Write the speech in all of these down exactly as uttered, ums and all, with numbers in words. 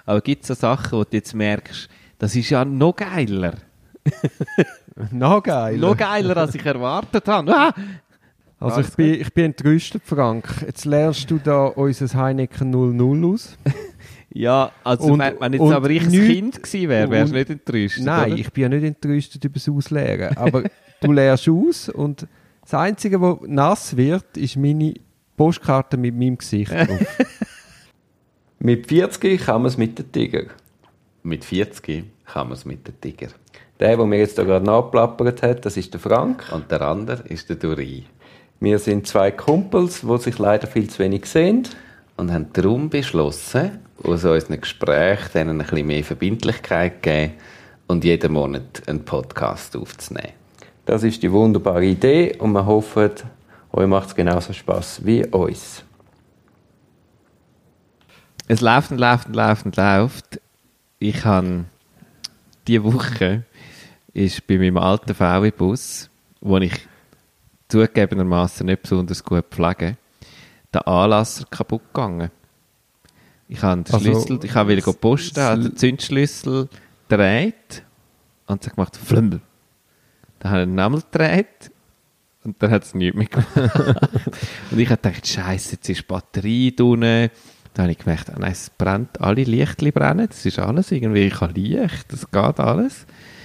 Aber gibt es so Sachen, wo du jetzt merkst, das ist ja noch geiler. noch geiler? Noch geiler, als ich erwartet habe. Ah! Also ich bin, ich bin entrüstet, Frank. Jetzt lernst du da unser Heineken null null aus. Ja, also und, wenn, wenn jetzt aber ich ein Kind gewesen wäre, wärst du nicht entrüstet, Nein, oder? Ich bin ja nicht entrüstet über das Ausleeren. Aber du lernst aus und das Einzige, was nass wird, ist meine Postkarte mit meinem Gesicht drauf. Mit vierzig kann man es mit den Tiger. Mit vierzig kann man es mit den Tiger. Der, der mir jetzt da gerade nachplappert hat, das ist der Frank. Und der andere ist der Duri. Wir sind zwei Kumpels, die sich leider viel zu wenig sehen. Und haben darum beschlossen, aus unseren Gesprächen denen ein bisschen mehr Verbindlichkeit zu geben und jeden Monat einen Podcast aufzunehmen. Das ist die wunderbare Idee und wir hoffen, euch macht es genauso Spass wie uns. Es läuft und läuft und läuft und läuft. Ich habe diese Woche ist bei meinem alten V W-Bus, wo ich zugegebenermaßen nicht besonders gut pflege, der Anlasser kaputt gegangen. Ich habe den Also, Schlüssel, ich wollte s- posten, habe den Zündschlüssel gedreht und es hat gemacht Flümmel. Dann habe ich den Namen gedreht und dann hat es nichts mehr gemacht. Und ich habe gedacht, Scheiße, jetzt ist die Batterie drin. Dann habe ich gemerkt, oh nein, es brennt, alle Lichtchen brennen, das ist alles irgendwie, ich habe Licht, das geht alles.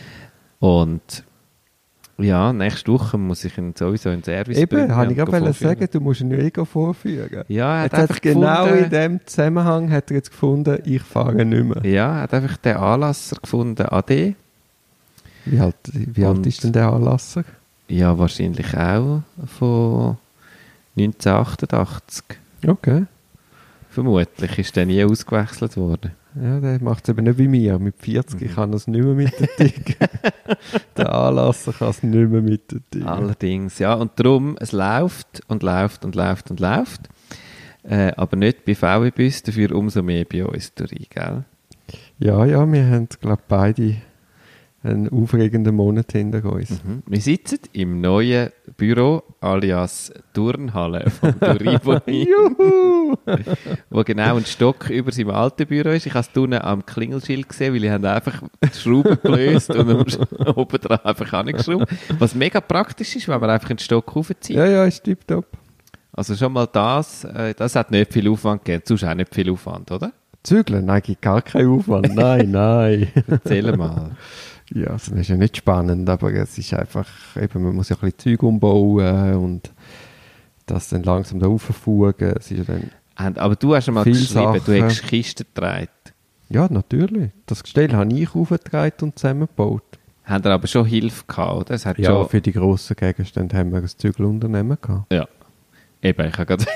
Und ja, nächste Woche muss ich ihn sowieso in den Service Eben, bringen. habe ich und gerade vorführen. sagen, du musst ihn ja eh vorführen. Ja, er hat Jetzt hat einfach genau gefunden, in dem Zusammenhang hat er jetzt gefunden, ich fahre nicht mehr. Ja, er hat einfach den Anlasser gefunden, A D. Wie alt, wie alt Und- ist denn der Anlasser? Ja, wahrscheinlich auch von neunzehnhundertachtundachtzig. Okay. Vermutlich ist der nie ausgewechselt worden. Ja, der macht es eben nicht wie mir. Mit vierzig mhm. kann er es nicht mehr mit den Tiger. Der Anlasser kann es nicht mehr mit den Tiger. Allerdings, ja. Und darum, es läuft und läuft und läuft und läuft. Äh, aber nicht bei V W-Bus, dafür umso mehr bei uns durch, gell? Ja, ja, wir haben, glaube ich, beide einen aufregenden Monat hinter uns. Mhm. Wir sitzen im neuen Büro alias Turnhalle von Duriboni, Juhu! wo genau ein Stock über seinem alten Büro ist. Ich habe es unten am Klingelschild gesehen, weil ich habe einfach die Schrauben gelöst und oben dran einfach angeschraubt. Was mega praktisch ist, wenn man einfach einen Stock raufzieht. Ja, ja, ist tipptopp. Also schon mal das, äh, das hat nicht viel Aufwand gegeben. Sonst auch nicht viel Aufwand, oder? Zügeln? Nein, gibt gar keinen Aufwand. Nein, nein. Erzähl mal. Ja, also das ist ja nicht spannend, aber es ist einfach, eben, man muss ja ein bisschen Zeug umbauen und das dann langsam da rauffugen. Es ist ja dann Und, aber du hast ja mal Viele geschrieben, Sachen. du hast Kisten getragen. ja, natürlich. Das Gestell habe ich aufgetragen und zusammengebaut. Haben ihr aber schon Hilfe gehabt, oder? Es hat Ja, schon, für die grossen Gegenstände haben wir ein Zügelunternehmen gehabt. ja. Eben, ich habe gerade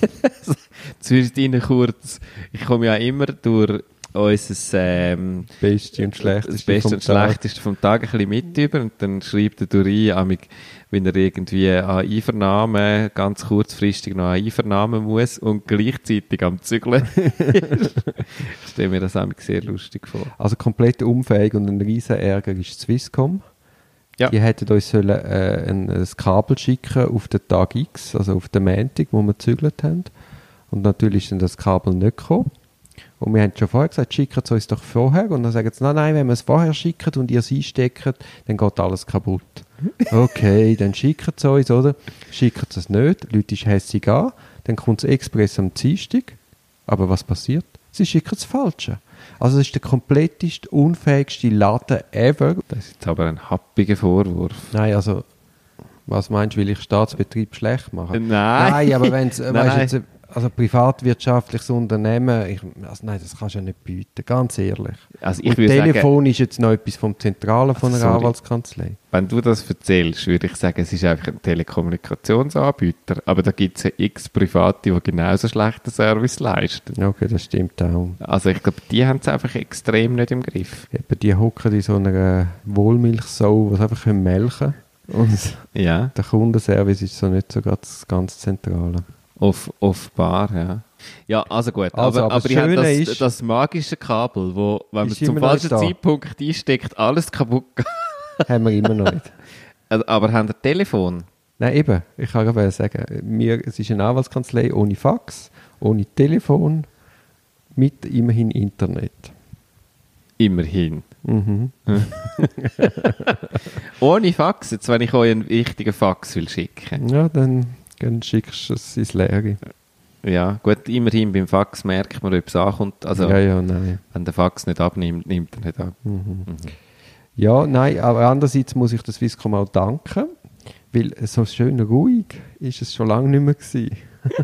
zwischen kurz, ich komme ja immer durch unser ähm, Beste und Schlechteste das Beste vom und Tag. Schlechteste vom Tag ein bisschen mit über und dann schreibt er durch ein, wenn er irgendwie an Einvernahmen, ganz kurzfristig noch an Einvernahmen muss und gleichzeitig am Zügeln. Ich stelle mir das nämlich sehr lustig vor. Also komplett unfähig und ein riesen Ärger ist Swisscom. Ja. Die hätten uns sollen, äh, ein, ein Kabel schicken auf den Tag X, also auf den Montag, wo wir gezügelt haben. Und natürlich ist dann das Kabel nicht gekommen. Und wir haben schon vorher gesagt, schickt es uns doch vorher. Und dann sagen sie, nein, nein, wenn wir es vorher schicken und ihr es einstecken, dann geht alles kaputt. Okay, dann schickt es uns, oder? Schickt es nicht, Leute ist hässig an, dann kommt es express am Dienstag. Aber was passiert? Sie schicken das Falsche. Also es ist der kompletteste, unfähigste Laden ever. Das ist jetzt aber ein happiger Vorwurf. Nein, also, was meinst du, will ich Staatsbetrieb schlecht machen? Nein. Nein, aber wenn es, Nein, weißt, nein. jetzt, also privatwirtschaftliches Unternehmen, ich, also nein, das kannst du ja nicht bieten, ganz ehrlich. Also ich Und würde sagen, Telefon ist jetzt noch etwas vom Zentralen von einer Sorry. Anwaltskanzlei. wenn du das erzählst, würde ich sagen, es ist einfach ein Telekommunikationsanbieter. Aber da gibt es ja x Private, die genauso schlechten Service leisten. Okay, das stimmt auch. Also ich glaube, die haben es einfach extrem nicht im Griff. Eben, die hocken in so einer Wohlmilchsau, die sie einfach können melken können. Und Ja, der Kundenservice ist so nicht so ganz, ganz Zentrale. off, offbar, ja. Ja, also gut. Also, aber aber aber das ich habe Schöne das, ist- das magische Kabel, wo, wenn man Ist zum immer noch falschen da. Zeitpunkt einsteckt, alles kaputt geht. Haben wir immer noch nicht. Also, aber haben ihr Telefon? Nein, eben. Ich kann gerade sagen, wir, es ist eine Anwaltskanzlei ohne Fax, ohne Telefon, mit immerhin Internet. Immerhin. Mhm. Ohne Fax, jetzt wenn ich euch einen wichtigen Fax will schicken. Ja, dann, dann schickst du es ins Leere. Ja, gut, immerhin beim Fax merkt man, ob es ankommt. Also, ja, ja, nein. wenn der Fax nicht abnimmt, nimmt er nicht ab. Mhm. Mhm. Ja, nein, aber andererseits muss ich der Swisscom auch danken, weil so schön ruhig ist es schon lange nicht mehr gewesen.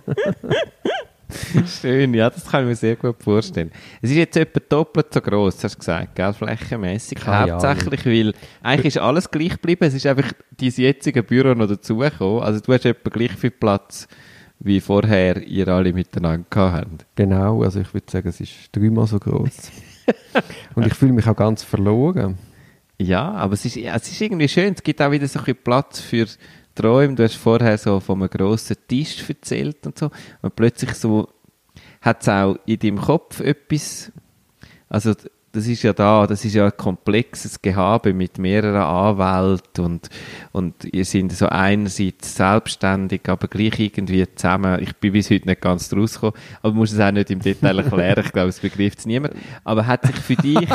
Schön, ja, das kann ich mir sehr gut vorstellen. Es ist jetzt etwa doppelt so gross, hast du gesagt, gell, flächenmässig. Keine Hauptsächlich, weil eigentlich ist alles gleich geblieben. Es ist einfach dein jetzige Büro noch dazugekommen. Also du hast etwa gleich viel Platz, wie vorher ihr alle miteinander gehabt habt. Genau, also ich würde sagen, es ist dreimal so gross. Und ich fühle mich auch ganz verloren. Ja, aber es ist, es ist irgendwie schön. Es gibt auch wieder so ein bisschen Platz für Träume. Du hast vorher so von einem grossen Tisch erzählt und so. Und plötzlich so hat es auch in deinem Kopf etwas. Also das ist ja da, das ist ja ein komplexes Gehabe mit mehreren Anwälten und, und ihr seid so einerseits selbstständig, aber gleich irgendwie zusammen. Ich bin bis heute nicht ganz draus gekommen, aber du musst es auch nicht im Detail erklären. Ich glaube, es begreift es niemand. Aber hat sich für dich,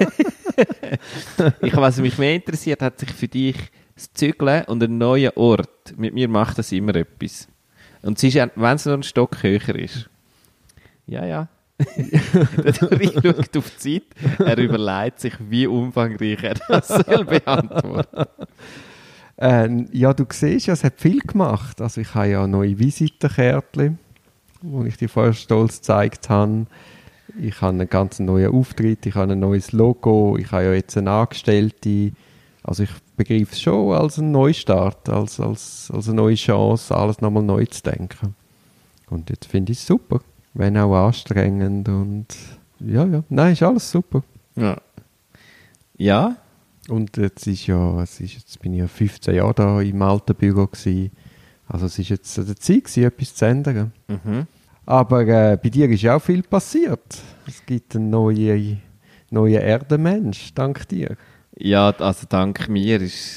ich, was mich mehr interessiert, hat sich für dich das Zügeln und einen neuen Ort, mit mir macht das immer etwas. Und es ist, wenn es noch ein Stock höher ist. Ja, ja. Der Dori schaut auf die Zeit, er überlegt sich, wie umfangreich er das soll beantworten. Ähm, ja, du siehst ja, es hat viel gemacht. Also ich habe ja neue Visitenkärtchen, die ich dir vorher stolz gezeigt habe. Ich habe einen ganz neuen Auftritt, ich habe ein neues Logo, ich habe ja jetzt eine Angestellte. Also ich begreife es schon als einen Neustart, als, als, als eine neue Chance, alles nochmal neu zu denken. Und jetzt finde ich es super. Wenn auch anstrengend und ja, ja, nein, ist alles super. Ja. Ja. Und jetzt ist ja, es ist, jetzt bin ich ja fünfzehn Jahre da im alten Büro gewesen. Also es ist jetzt an der Zeit gewesen, etwas zu ändern. Mhm. Aber äh, bei dir ist ja auch viel passiert. Es gibt einen neuen, neuen Erdenmensch, dank dir. Ja, also dank mir ist,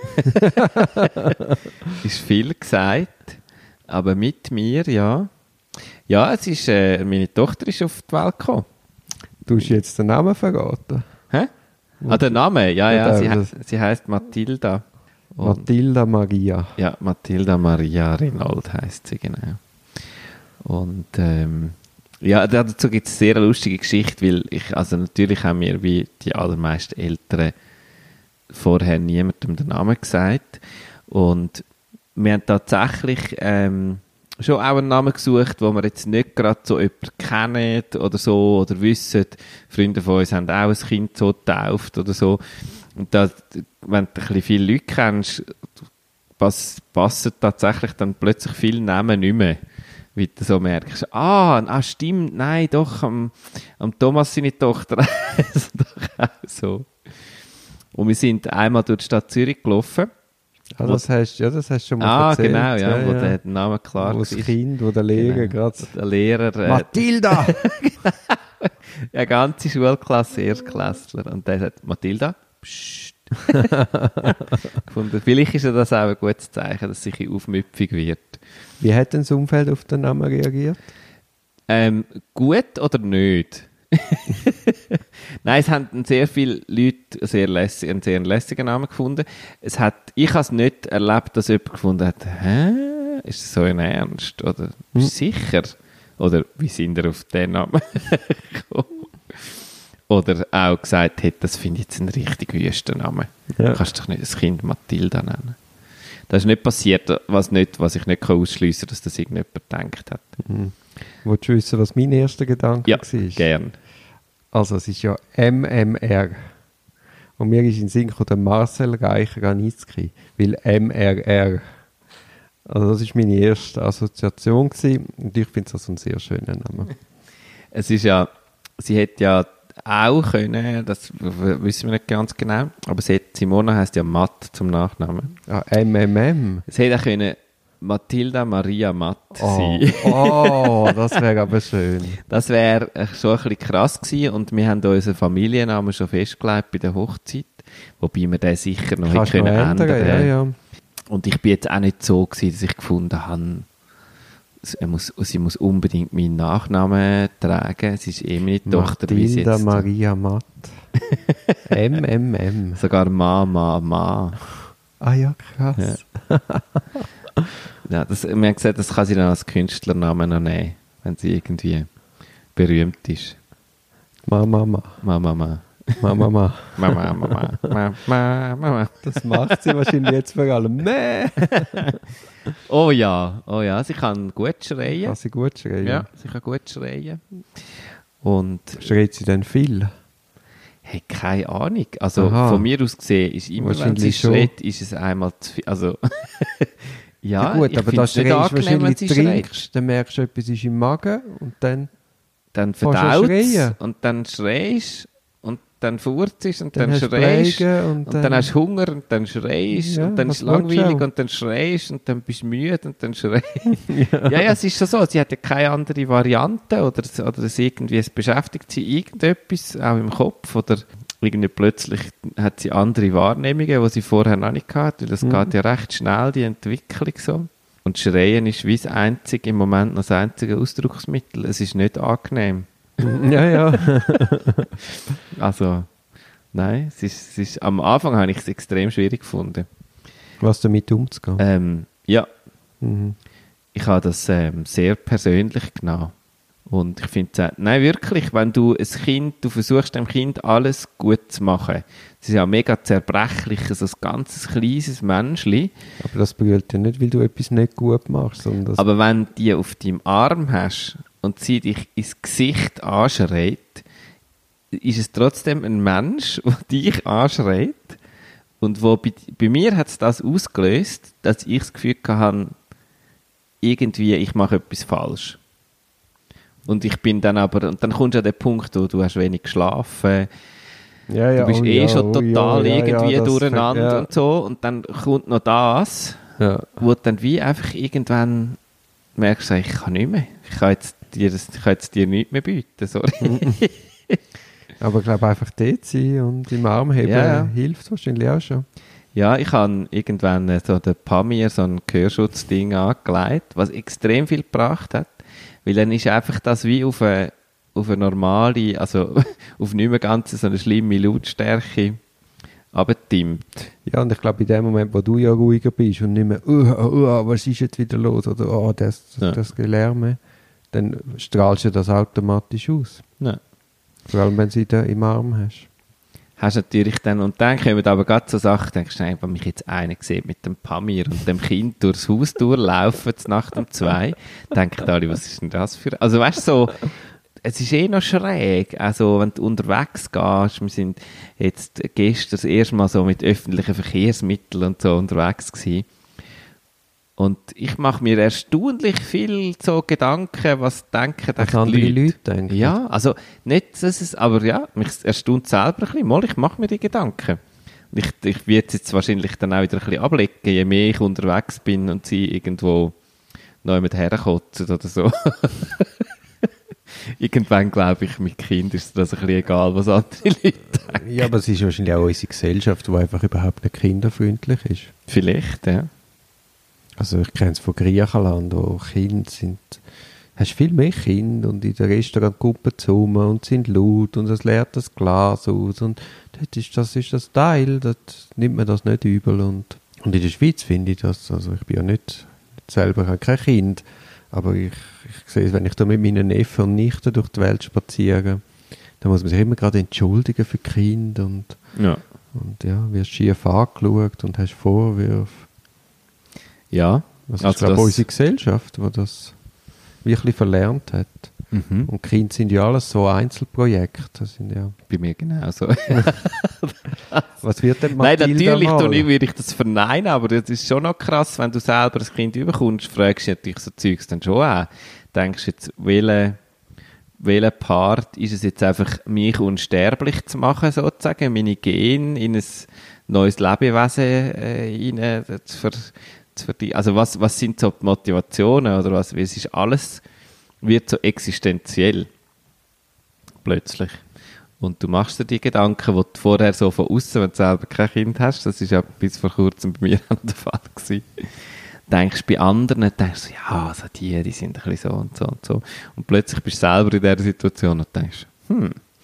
ist viel gesagt, aber mit mir, ja. Ja, es ist, äh, meine Tochter ist auf die Welt gekommen. Du hast jetzt den Namen verraten. Hä? Ah, der Name, ja, ja, sie, das- he sie heisst Mathilda. Und, Mathilda Maria. ja, Mathilda Maria Reinhold heisst sie, genau. Und ähm, ja, dazu gibt es eine sehr lustige Geschichte, weil ich, also natürlich haben wir wie die allermeisten Eltern vorher niemandem den Namen gesagt. Und wir haben tatsächlich ähm, schon auch einen Namen gesucht, wo wir jetzt nicht gerade so jemanden kennen oder so oder wissen. Freunde von uns haben auch ein Kind so getauft oder so. Und da, wenn du ein bisschen viele Leute kennst, pass, passen tatsächlich dann plötzlich viele Namen nicht mehr. Wie du so merkst, ah, ah stimmt, nein, doch, am, am Thomas seine Tochter heisst doch auch so. Und wir sind einmal durch die Stadt Zürich gelaufen. Ah, das hast, ja, das hast du schon mal Ah, erzählt. genau, ja, ja, wo ja. der Name klar Wo das war. Kind, wo der Lehrer Genau. gerade... Der Lehrer, äh, Mathilda! eine ganze Schulklasse, Erstklässler. Und der sagt, Mathilda, pssst. Gefunden. Vielleicht ist ja das auch ein gutes Zeichen, dass sich aufmüpfig wird. Wie hat denn das Umfeld auf den Namen reagiert? Ähm, gut oder nicht? Nein, es haben sehr viele Leute sehr lässig, einen sehr lässigen Namen gefunden. Es hat, ich habe es nicht erlebt, dass jemand gefunden hat, hä, ist das so ein Ernst? Oder Hm. sicher? Oder wie sind ihr auf den Namen gekommen? Oder auch gesagt hat, das finde ich jetzt einen richtig wüsten Namen. Ja. Du kannst doch nicht das Kind Mathilda nennen. Das ist nicht passiert, was, nicht, was ich nicht ausschliessen kann, dass das irgendjemand gedacht hat. Mhm. Willst du wissen, was mein erster Gedanke Ja, war? gern. Also es ist ja M M R. Und mir ist in den Sinn gekommen, der Marcel Reich-Ranitzky, weil M R R. Also das war meine erste Assoziation gewesen. Und ich finde es also einen sehr schönen Namen. Es ist ja, sie hätte ja auch können, das w- wissen wir nicht ganz genau, aber sie hat, Simona heisst ja Matt zum Nachnamen. Ah, M M M. Sie hätte auch können Mathilda Maria Matt Oh, sein. oh das wäre aber schön. Das wäre schon ein bisschen krass gewesen und wir haben unseren Familiennamen schon festgelegt bei der Hochzeit, wobei wir den sicher noch Kannst hätte du noch können ändern, ändern. ja, ja. Und ich bin jetzt auch nicht so gewesen, dass ich gefunden habe, sie muss, sie muss unbedingt meinen Nachnamen tragen. Sie ist eh meine Tochter. wie sie Mathilda jetzt- Maria Matt. M, M, M. Sogar Ma, Ma, Ma. Ah ja, krass. Ja. Ja, das, wir haben gesagt, das kann sie dann als Künstlernamen noch nehmen, wenn sie irgendwie berühmt ist. Ma, Ma, Ma. Ma, Ma, Ma. Ma, Ma, Ma. Ma, Ma, Ma, Ma. Ma, Ma, Ma, Ma. Das macht sie wahrscheinlich jetzt vor allem. Mäh. Oh ja, oh ja, sie kann gut schreien. Kann sie gut schreien? Ja, sie kann gut schreien. Und Schreit sie denn viel? hey, keine Ahnung. Also Aha. von mir aus gesehen ist immer, wenn sie Wahrscheinlich schon. schreit, ist es einmal zu viel. Also ja, Ja, gut, ich aber finde da es nicht schreist du angenehm, wenn wahrscheinlich sie trinkst, schreit. dann merkst du, etwas ist im Magen und dann Dann Fährst du verdaut schreien? und dann schreist und dann furzt und Dann dann, hast du schreist Prägen und und dann- dann hast du Hunger und dann schreist Ja, und dann was ist es langweilig willst du auch? und dann schreist und dann bist du müde und dann schreist. ja. ja, es ist schon so. Sie hat ja keine andere Variante oder, oder es irgendwie, es beschäftigt sie irgendetwas, auch im Kopf oder irgendwie plötzlich hat sie andere Wahrnehmungen, die sie vorher noch nicht hatte, weil das Mhm. geht ja recht schnell, die Entwicklung so. Und Schreien ist wie das einzige, im Moment noch das einzige Ausdrucksmittel. Es ist nicht angenehm. ja, ja. Also, nein, es ist, es ist, am Anfang habe ich es extrem schwierig gefunden. Was damit umzugehen. Ähm, ja, Mhm. ich habe das ähm, sehr persönlich genommen. Und ich finde, nein, wirklich, wenn du ein Kind, du versuchst dem Kind alles gut zu machen. Es ist ja mega zerbrechlich, so ein ganz kleines Menschli. Aber das brüllt ja nicht, weil du etwas nicht gut machst, sondern das Aber wenn du die auf deinem Arm hast und sie dich ins Gesicht anschreit, ist es trotzdem ein Mensch, der dich anschreit. Und wo bei, bei mir hat es das ausgelöst, dass ich das Gefühl hatte, irgendwie, ich mache etwas falsch. Und ich bin dann aber, und dann kommst du an den Punkt, wo du hast wenig geschlafen, ja, ja, du bist oh eh ja, schon oh total ja, ja, irgendwie ja, das- durcheinander ja. und so, und dann kommt noch das, Ja. wo du dann wie einfach irgendwann merkst, ich kann nicht mehr, ich kann jetzt dir, das, ich kann jetzt dir nichts mehr bieten, sorry. Aber ich glaube, einfach dort sein und im Arm heben Ja, ja. hilft wahrscheinlich auch schon. Ja, ich habe irgendwann äh, so den Pamir, so ein Gehörschutzding angelegt, was extrem viel gebracht hat, weil dann ist einfach das wie auf eine, auf eine normale, also auf nicht mehr ganz so eine schlimme Lautstärke abgetimmt. Ja, und ich glaube, in dem Moment, wo du ja ruhiger bist und nicht mehr, uh, uh, was ist jetzt wieder los, oder oh, das, Ja. das Gelärme, dann strahlst du das automatisch aus. Ja. Vor allem, wenn du sie da im Arm hast. Hast natürlich dann, und dann kommen aber gerade so Sachen, denkst du, wenn mich jetzt einer sieht mit dem Pamir und dem Kind durchs Haus durchlaufen, Nacht um zwei, denken alle, was ist denn das für, also weißt du, so, es ist eh noch schräg, also wenn du unterwegs gehst, wir sind jetzt gestern das erste Mal so mit öffentlichen Verkehrsmitteln und so unterwegs gewesen. Und ich mache mir erstaunlich viel so Gedanken, was denken Was die andere Leute. Leute denken. Ja, also nicht, dass es, aber ja, mich erstaunt selber ein bisschen. Mal, ich mache mir die Gedanken. Und ich, ich werde es jetzt wahrscheinlich dann auch wieder ein bisschen ablegen, je mehr ich unterwegs bin und sie irgendwo noch jemand herkotzen oder so. Irgendwann, glaube ich, mit Kind ist das ein bisschen egal, was andere Leute denken. Ja, aber es ist wahrscheinlich auch unsere Gesellschaft, die einfach überhaupt nicht kinderfreundlich ist. Vielleicht, ja. Also ich kenne es von Griechenland, wo Kinder sind, hast viel mehr Kinder und in der Restaurant gucken zusammen und sind laut und es leert das Glas aus und dort ist das, ist das Teil, dort nimmt man das nicht übel und, und in der Schweiz finde ich das, also ich bin ja nicht, selber habe kein Kind, aber ich, ich sehe es, wenn ich da mit meinen Neffen und Nichten durch die Welt spaziere, dann muss man sich immer gerade entschuldigen für die Kinder und, Ja. und ja, wirst schief angeschaut und hast Vorwürfe. Ja. Das ist, Also glaube ich, das- unsere Gesellschaft, die das wirklich verlernt hat. Mhm. Und Kinder sind ja alles so Einzelprojekte. Das sind ja, Bei mir genauso. was wird denn Nein, Mathilda natürlich mal? tue ich, würde ich das verneinen, aber das ist schon noch krass, wenn du selber ein Kind überkommst, fragst du natürlich so Zeugs dann schon auch. Denkst jetzt, welcher welcher Part ist es jetzt einfach, mich unsterblich zu machen, sozusagen, meine Gene in ein neues Lebewesen äh, rein, äh, zu ver, zu verdi- also was, was sind so die Motivationen oder was, es ist alles, wird so existenziell plötzlich. Und du machst dir die Gedanken, die du vorher so von außen, wenn du selber kein Kind hast, das ist ja bis vor kurzem bei mir auch der Fall gewesen, denkst bei anderen, denkst du, ja, also die, die sind ein bisschen so und so und so. Und plötzlich bist du selber in dieser Situation und denkst, hm,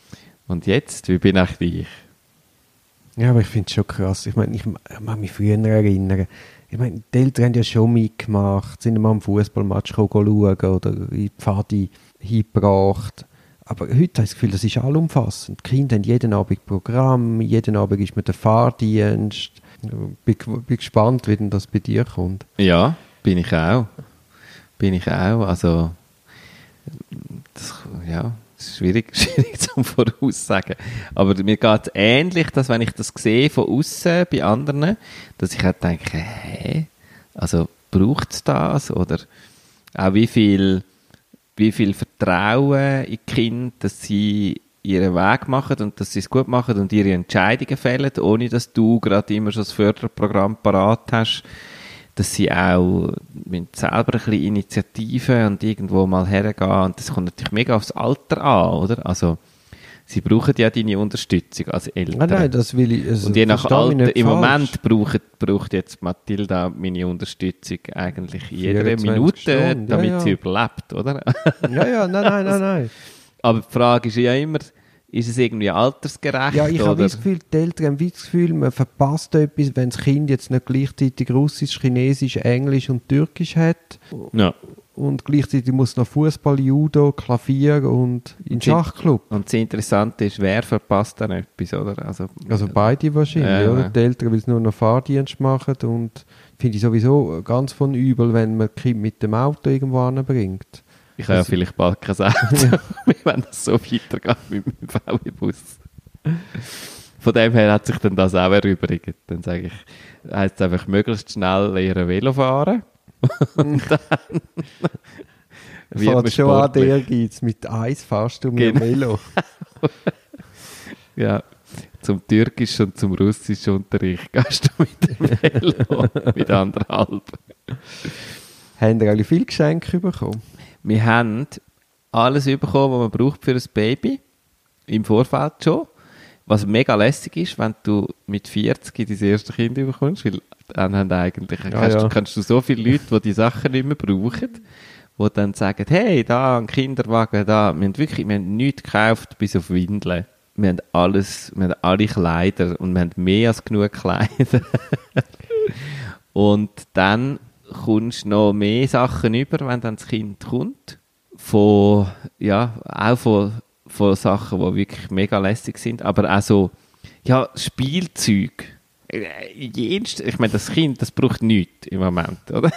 Und jetzt, wie bin ich dich? Ja, aber ich finde es schon krass. Ich meine, ich mag mich früher erinnern. Ich meine, die Eltern haben ja schon mitgemacht, sind mal am Fußballmatch schauen oder in die Pfadi hingebracht. Aber heute habe ich das Gefühl, das ist allumfassend. Die Kinder haben jeden Abend Programm, jeden Abend ist mit der Fahrdienst. Ich bin, bin gespannt, wie denn das bei dir kommt. Ja, bin ich auch. Bin ich auch. Also, das, ja, das ist schwierig, schwierig zum Voraussagen. Aber mir geht es ähnlich, dass wenn ich das sehe von außen bei anderen, dass ich halt denke, hä? Also, braucht es das? Oder auch wie viel, wie viel Vertrauen in die Kinder, dass sie ihren Weg machen und dass sie es gut machen und ihre Entscheidungen fällen, ohne dass du gerade immer schon das Förderprogramm parat hast, dass sie auch mit selber ein bisschen Initiativen und irgendwo mal hergehen. Und das kommt natürlich mega aufs Alter an, oder? Also, sie brauchen ja deine Unterstützung als Eltern. Nein, nein, das will ich. Also und je nach Alter, im falsch. Moment braucht, braucht jetzt Mathilda meine Unterstützung eigentlich jede Minute, Stunden. damit Ja, ja. sie überlebt, oder? Ja, ja, nein, nein, nein, nein. Aber die Frage ist ja immer, ist es irgendwie altersgerecht? Ja, ich habe oder? das Gefühl, die Eltern haben das Gefühl, man verpasst etwas, wenn das Kind jetzt nicht gleichzeitig Russisch, Chinesisch, Englisch und Türkisch hat. Ja. Und gleichzeitig muss noch Fußball, Judo, Klavier und in den Schachclub. Und das Interessante ist, wer verpasst dann etwas, oder? Also, Also beide wahrscheinlich, Ja, oder? ja. Die Eltern, weil sie nur noch Fahrdienst machen und finde ich sowieso ganz von übel, wenn man das Kind mit dem Auto irgendwo anbringt. ich habe ja Also- vielleicht bald kein Auto, wenn es so weitergeht mit meinem V W-Bus. Von dem her hat sich dann das auch erübrigt. Dann sage ich, heisst es einfach möglichst schnell lernen Velo fahren. Und dann wird man Fährt schon an, sportlich. der gibt's. Mit Eis fährst du mit dem Genau. Velo. Ja, zum Türkisch und zum Russisch Unterricht gehst du mit dem Velo, mit anderthalb. Haben ihr alle viele Geschenke bekommen? Wir haben alles bekommen, was man braucht für ein Baby, im Vorfeld schon. Was mega lässig ist, wenn du mit vierzig dein erstes Kind bekommst, weil dann haben eigentlich, Ja, kannst, ja. Du, kannst du so viele Leute, die die Sachen nicht mehr brauchen, die dann sagen, hey, da ein Kinderwagen, da, wir haben wirklich, wir haben nichts gekauft, bis auf Windeln. Wir haben alles, wir haben alle Kleider und wir haben mehr als genug Kleider. Und dann kommst du noch mehr Sachen über, wenn dann das Kind kommt. Von, ja, auch von, von Sachen, die wirklich mega lässig sind, aber auch so, ja, Spielzeug. Äh, jenst- Ich meine, das Kind, das braucht nichts im Moment, oder?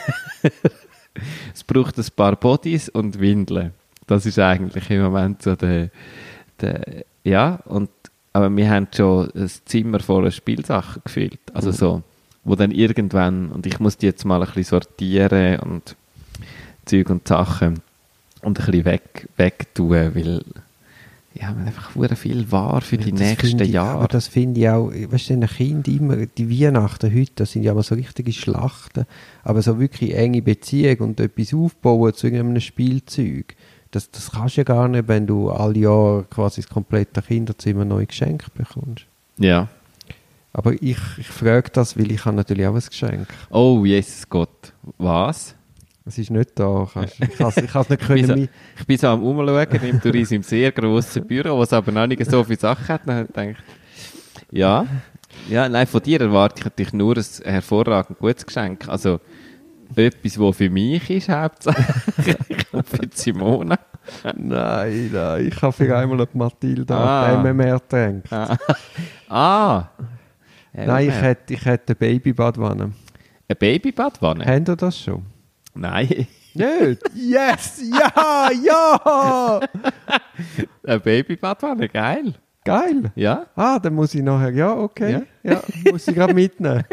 Es braucht ein paar Bodies und Windeln. Das ist eigentlich im Moment so der, der ja, und, aber wir haben schon ein Zimmer voller Spielsachen gefüllt. Also Mhm. so, wo dann irgendwann, und ich muss die jetzt mal ein bisschen sortieren und Zeug und Sachen und ein bisschen weg, weg tun, weil ja, man einfach sehr viel war für die Das nächsten finde ich, Jahre. Aber das finde ich auch, weißt du, ein Kind immer, die Weihnachten heute, das sind ja immer so richtige Schlachten, aber so wirklich enge Beziehung und etwas aufbauen zu irgendeinem Spielzeug, das, das kannst du ja gar nicht, wenn du alle Jahre quasi das komplette Kinderzimmer neu geschenkt bekommst. Ja. Aber ich, ich frage das, weil ich habe natürlich auch ein Geschenk. Oh, Jesus Gott. Was? Es ist nicht da. Kannst, ich kann es ich kann's nicht Ich bin, können. so, mi- ich bin so am Umschauen im Tourismus im sehr grossen Büro, was aber noch nicht so viele Sachen hat. Dann habe ich gedacht, ja, ja, nein, von dir erwarte ich natürlich nur ein hervorragend gutes Geschenk. Also etwas, was für mich ist, hauptsächlich, und für die Simone. Nein, nein, ich habe für einmal die Mathilda Ah. M M R getränkt. Ah. ah. Nein, ich hätte, ich hätte eine Babybadwanne. Eine Babybadwanne? Habt ihr das schon? Nein. Nicht? Yes! Ja! Ja! Eine Babybadwanne, geil. Geil! Ja, Ah, dann muss ich nachher, ja, okay. Ja. Ja, muss ich gerade mitnehmen.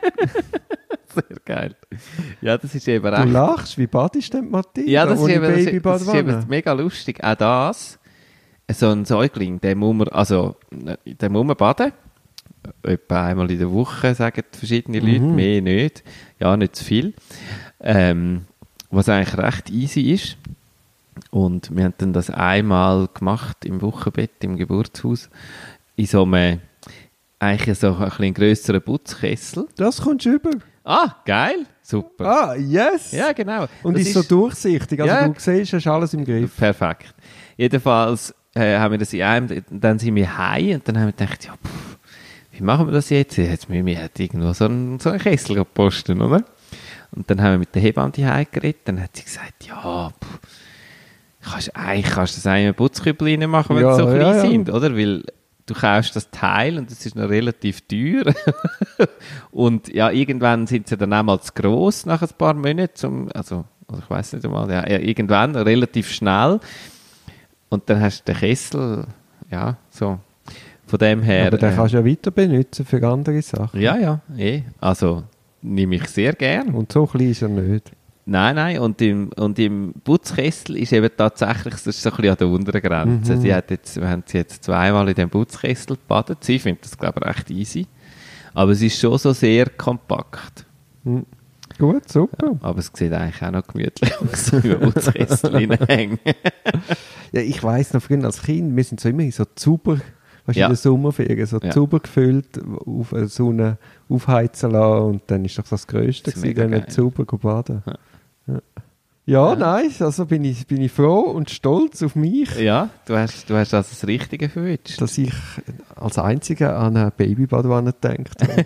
sehr geil. Ja, das ist eben Du recht. lachst, wie badest denn Mathilda? Ja, das ist, ohne eben, das, ist, das ist Babybadwanne? eben mega lustig. Auch das, so ein Säugling, den muss man, also, den muss man baden. Etwa einmal in der Woche, sagen verschiedene Leute, Mhm. mehr nicht. Ja, nicht zu viel. Ähm, was eigentlich recht easy ist. Und wir haben dann das einmal gemacht im Wochenbett, im Geburtshaus, in so einem, eigentlich so ein bisschen grösseren Putzkessel. Das kommst du über. Ah, geil, super. Ah, yes! Ja, genau. Und Das ist so durchsichtig, also Ja. du siehst, hast alles im Griff. Perfekt. Jedenfalls äh, haben wir das in einem, dann sind wir heim und dann haben wir gedacht, ja, pff, wie machen wir das jetzt? Jetzt müssen wir halt irgendwo so einen, so einen Kessel posten, oder? Und dann haben wir mit der Hebamme die Heim geredet, dann hat sie gesagt, ja, pff, kannst, eigentlich kannst du das eigentlich in Putzkübel reinmachen, wenn Ja, sie so klein ja, ja. sind, oder? Weil du kaufst das Teil und es ist noch relativ teuer. Und ja, irgendwann sind sie dann auch mal zu gross nach ein paar Monaten, zum, also, also ich weiß nicht einmal, ja, ja, irgendwann relativ schnell. Und dann hast du den Kessel, ja, so. Von dem her. Aber den äh, kannst du ja weiter benutzen für andere Sachen. ja, ja, eh. Also nehme ich sehr gern. Und so klein ist er nicht. Nein, nein, und im, und im Putzkessel ist eben tatsächlich, das ist so ein bisschen an der unteren Grenze. Mhm. Sie hat jetzt, wir haben sie jetzt zweimal in dem Putzkessel gebadet. Sie findet das, glaube ich, recht easy. Aber es ist schon so sehr kompakt. Mhm. Gut, super. Aber es sieht eigentlich auch noch gemütlich aus, so im Putzkessel hineinhängen. Ja, ich weiss noch, früher als Kind, wir sind so immer in so Zuber, weißt du, Ja. in den Sommerferien, so Ja. Zuber gefüllt, auf eine Sonne aufheizen lassen und dann ist doch das Größte Das ist gewesen, mega dann in geil. Zuber go baden. Ja. Ja, ja, nice, also bin ich, bin ich froh und stolz auf mich, Ja, du hast, du hast also das Richtige verwünscht. dass ich als Einziger an eine Babybadewanne gedacht habe.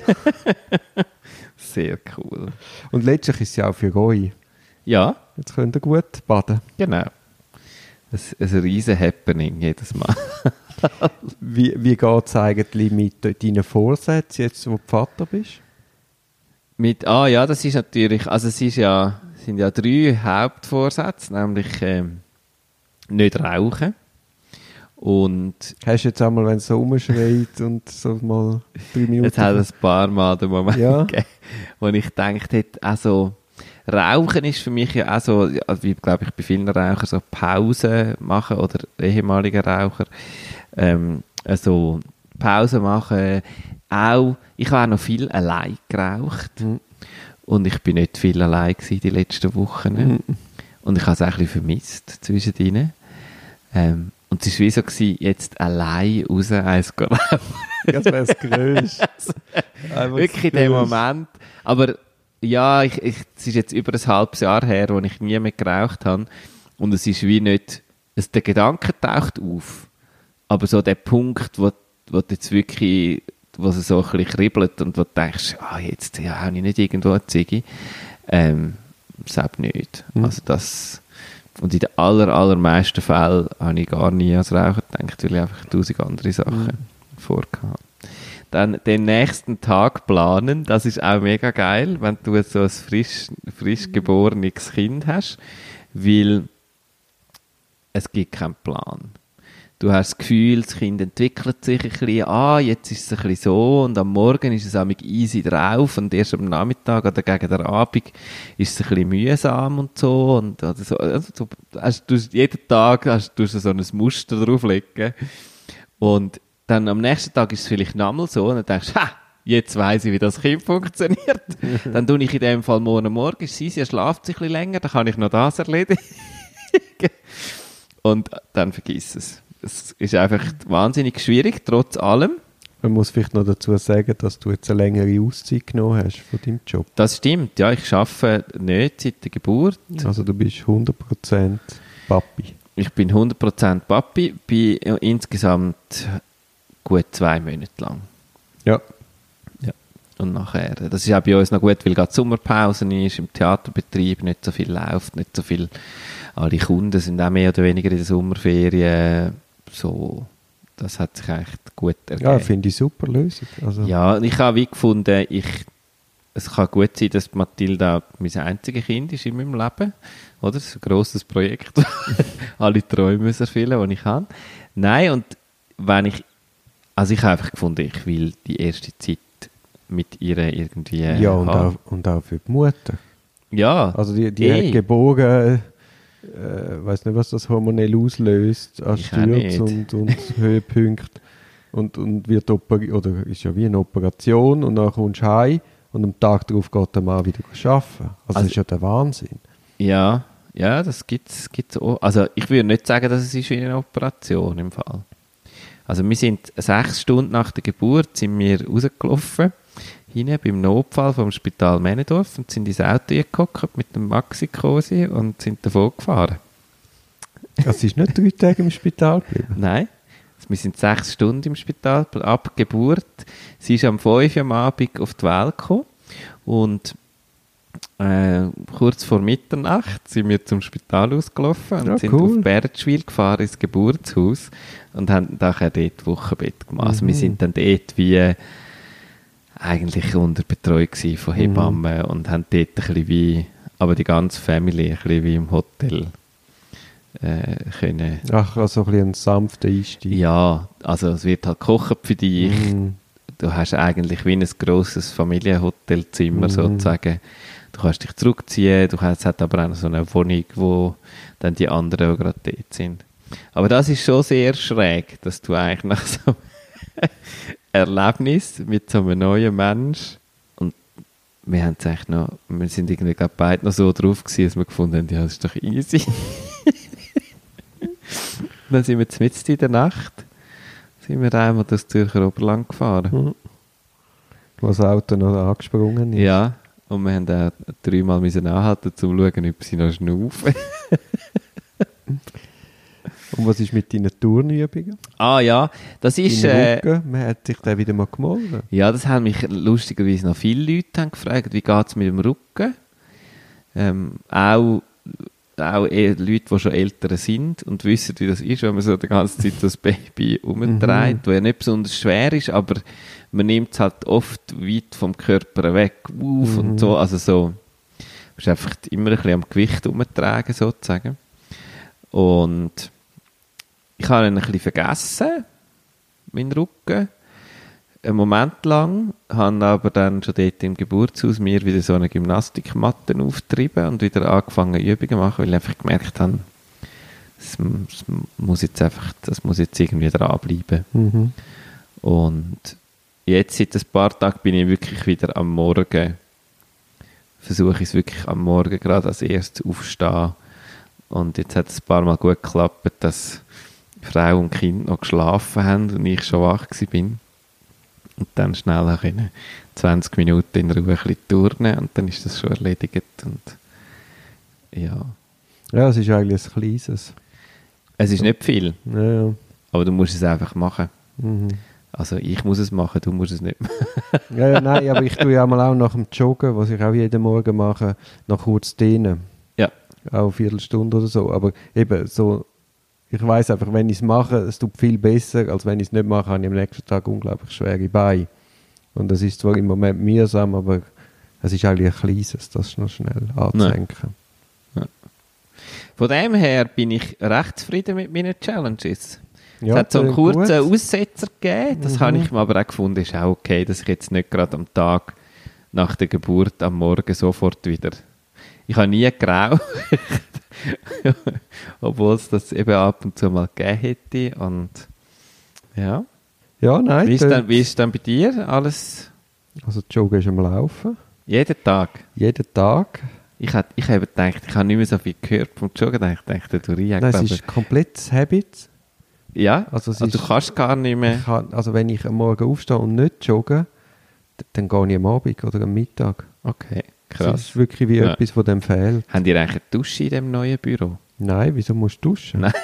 Sehr cool. Und letztlich ist es ja auch für euch. Ja, Jetzt könnt ihr gut baden. genau. Ein, ein riesen Happening jedes Mal. Wie, wie geht es eigentlich mit deinen Vorsätzen, jetzt wo du Vater bist? Mit, ah ja, das ist natürlich, also es ist ja, sind ja drei Hauptvorsätze, nämlich ähm, nicht rauchen und Hast du jetzt einmal, wenn es so rumschreit und so mal drei Minuten... jetzt hat es ein paar Mal den Moment Ja. gegeben, wo ich gedacht hätte, also Rauchen ist für mich ja auch so, ja, wie glaube ich bei vielen Rauchern, so Pause machen oder ehemaliger Raucher, ähm, also Pause machen, auch, ich habe auch noch viel allein geraucht Mhm. und ich bin nicht viel allein gewesen die letzten Wochen Mhm. und ich habe es auch ein bisschen vermisst zwischendrin. Ähm, und es war wie so, gewesen, jetzt allein raus eins zu rauchen. Das wäre das Größte. Einfach Wirklich in das dem Größte. Moment. Aber ja, ich, ich, es ist jetzt über ein halbes Jahr her, wo ich nie mehr geraucht habe. Und es ist wie nicht, es, der Gedanke taucht auf. Aber so der Punkt, wo, wo du jetzt wirklich, wo es so ein bisschen kribbelt und wo du denkst, ah, jetzt ja, habe ich nicht irgendwo eine Ziege. Ähm, selbst nicht. Mhm. Also das, und in den aller, allermeisten Fällen habe ich gar nie ans Rauchen gedacht, weil ich einfach tausend andere Sachen Mhm. vorgehabt. Dann den nächsten Tag planen, das ist auch mega geil, wenn du so ein frisch, frisch geborenes Kind hast, weil es gibt keinen Plan. Du hast das Gefühl, das Kind entwickelt sich ein bisschen, ah, jetzt ist es ein bisschen so und am Morgen ist es amig easy drauf und erst am Nachmittag oder gegen den Abend ist es ein bisschen mühsam und so und oder so. Also, du hast, du, jeden Tag hast du so ein Muster drauflegen und dann am nächsten Tag ist es vielleicht nochmal so und dann denkst du, ha, jetzt weiss ich, wie das Kind funktioniert. Dann tue ich in dem Fall morgen Morgen, ist sie, sie schlaft sich ein bisschen länger, dann kann ich noch das erledigen. Und dann vergiss es. Es ist einfach wahnsinnig schwierig, trotz allem. Man muss vielleicht noch dazu sagen, dass du jetzt eine längere Auszeit genommen hast von deinem Job. Das stimmt, ja, ich arbeite nicht seit der Geburt. Also du bist hundert Prozent Papi. Ich bin hundert Prozent Papi, bin insgesamt gut zwei Monate lang. Ja. Und nachher, das ist auch bei uns noch gut, weil gerade Sommerpause ist, im Theaterbetrieb nicht so viel läuft, nicht so viel, alle Kunden sind auch mehr oder weniger in der Sommerferien, so, das hat sich echt gut ergeben. Ja, finde ich super Lösung. Also, Ja, und ich habe wie gefunden, ich, es kann gut sein, dass Mathilda mein einziges Kind ist in meinem Leben, oder? Das ist ein grosses Projekt, alle Träume müssen erfüllen, die ich habe. Nein, und wenn ich, also ich habe einfach gefunden, ich will die erste Zeit mit ihr irgendwie ja und, haben. auch, und auch für die Mutter. Ja, Also die, die eh. hat geboren, äh, weiß nicht, was das hormonell auslöst, an Ich auch nicht. Stürze und, und Höhepunkte. Und, und wird operi- oder ist ja wie eine Operation und dann kommst du heim und am Tag darauf geht der Mann wieder arbeiten. Also, Also- das ist ja der Wahnsinn. ja, ja, das gibt es auch. Also ich würde nicht sagen, dass es ist wie eine Operation im Fall. Also wir sind sechs Stunden nach der Geburt sind wir rausgelaufen, hinten beim Notfall vom Spital Männendorf und sind ins Auto geguckt mit dem Maxi-Cosi und sind davon gefahren. Also ist nicht drei Tage im Spital geblieben? Nein. Wir sind sechs Stunden im Spital, ab Geburt. Sie ist am fünf Uhr am Abend auf die Welt gekommen. Und äh, kurz vor Mitternacht sind wir zum Spital ausgelaufen und ja, sind cool. auf Bärenschwil gefahren, ins Geburtshaus. Und haben nachher dort Wochenbett gemacht. Also mhm. wir sind dann dort wie eigentlich unter Betreuung von Hebammen mhm. und haben dort ein bisschen wie, aber die ganze Familie, ein bisschen wie im Hotel äh, können. Ach, also ein bisschen ein sanfter Einstieg. Ja, also es wird halt gekocht für dich. Mhm. Du hast eigentlich wie ein grosses Familienhotelzimmer mhm. sozusagen. Du kannst dich zurückziehen, du hast, es hat aber auch noch so eine Wohnung, wo dann die anderen auch gerade dort sind. Aber das ist schon sehr schräg, dass du eigentlich nach so einem Erlebnis mit so einem neuen Mensch und wir haben es eigentlich noch, wir sind irgendwie gerade beide noch so drauf gewesen, dass wir gefunden haben, ja, das ist doch easy. Dann sind wir mitten in der Nacht, sind wir einmal das Zürcher Oberland gefahren. Mhm. Wo das Auto noch angesprungen ist. Ja, und wir haben auch dreimal müssen anhalten, um zu schauen, ob sie noch schnaufen. Und was ist mit deinen Turnübungen? Ah ja, das ist... Äh, Man hat sich da wieder mal gemolden. Ja, das haben mich lustigerweise noch viele Leute haben gefragt, wie geht es mit dem Rücken? Ähm, auch auch eh Leute, die schon älter sind und wissen, wie das ist, wenn man so die ganze Zeit das Baby umdreht, das ja nicht besonders schwer ist, aber man nimmt es halt oft weit vom Körper weg auf mhm. und so, also so, du bist einfach immer ein bisschen am Gewicht umtragen sozusagen. Und ich habe ihn ein bisschen vergessen, meinen Rücken, einen Moment lang, habe aber dann schon dort im Geburtshaus mir wieder so eine Gymnastikmatte aufgetrieben und wieder angefangen Übungen zu machen, weil ich einfach gemerkt habe, das, das muss jetzt einfach, das muss jetzt irgendwie dranbleiben. Mhm. Und jetzt seit ein paar Tagen bin ich wirklich wieder am Morgen, versuche ich es wirklich am Morgen gerade als erstes aufstehen. Und jetzt hat es ein paar Mal gut geklappt, dass Frau und Kind noch geschlafen haben und ich schon wach bin. Und dann schnell können zwanzig Minuten in Ruhe ein bisschen turnen und dann ist das schon erledigt. Und ja. Ja, es ist eigentlich ein kleines. Es ist nicht viel, ja, ja. aber du musst es einfach machen. Mhm. Also ich muss es machen, du musst es nicht machen. ja, ja, nein, aber ich tue ja mal auch nach dem Joggen, was ich auch jeden Morgen mache, noch kurz dehnen. Ja. Auch eine Viertelstunde oder so. Aber eben so, ich weiss einfach, wenn ich es mache, es tut viel besser, als wenn ich es nicht mache, habe ich am nächsten Tag unglaublich schwere Beine. Und das ist zwar im Moment mühsam, aber es ist eigentlich ein kleines, das ist noch schnell anzudenken. Ja. Von dem her bin ich recht zufrieden mit meinen Challenges. Ja, es hat so einen kurzen gut. Aussetzer gegeben, das mhm. habe ich mir aber auch gefunden, ist auch okay, dass ich jetzt nicht gerade am Tag nach der Geburt am Morgen sofort wieder... Ich habe nie geraucht, obwohl es das eben ab und zu mal gegeben hätte. Und ja. Ja, nein. Wie ist, dann, wie ist es dann bei dir alles? Also Joggen ist am Laufen. Jeden Tag? Jeden Tag. Ich, hat, ich habe gedacht, ich habe nicht mehr so viel gehört vom Joggen. Ich dachte, du riechst. Nein, es ist komplettes Habit. Ja, also, also du kannst gar nicht mehr... Kann, also wenn ich am Morgen aufstehe und nicht jogge, dann gehe ich am Abend oder am Mittag. Okay. Krass. Das ist wirklich wie ja. etwas von dem fehlt. Haben die eigentlich eine Dusche in diesem neuen Büro? Nein, wieso musst du duschen? Nein.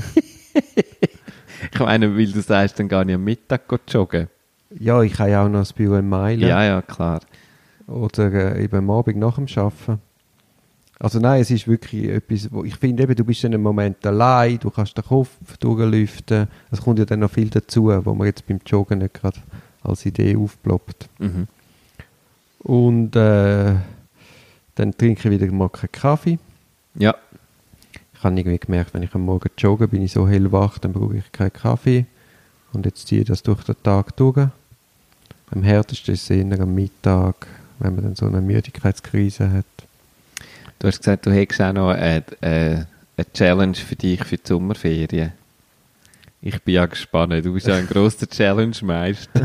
Ich meine, weil du sagst, dann gehe ich am Mittag joggen. Ja, ich habe ja auch noch das Büro in Meilen. Ja, ja, klar. Oder äh, eben am Abend nach dem Arbeiten. Also nein, es ist wirklich etwas, wo ich finde, eben, du bist in einem Moment allein, du kannst den Kopf durchlüften. Es kommt ja dann noch viel dazu, wo man jetzt beim Joggen nicht gerade als Idee aufploppt. Mhm. Und äh, dann trinke ich wieder mal keinen Kaffee. Ja. Ich habe irgendwie gemerkt, wenn ich am Morgen jogge, bin ich so hellwach, dann brauche ich keinen Kaffee. Und jetzt ziehe ich das durch den Tag durch. Am härtesten ist es eher am Mittag, wenn man dann so eine Müdigkeitskrise hat. Du hast gesagt, du hättest auch noch eine, eine, eine Challenge für dich für die Sommerferien. Ich bin ja gespannt. Du bist ja ein grosser Challenge-Meister.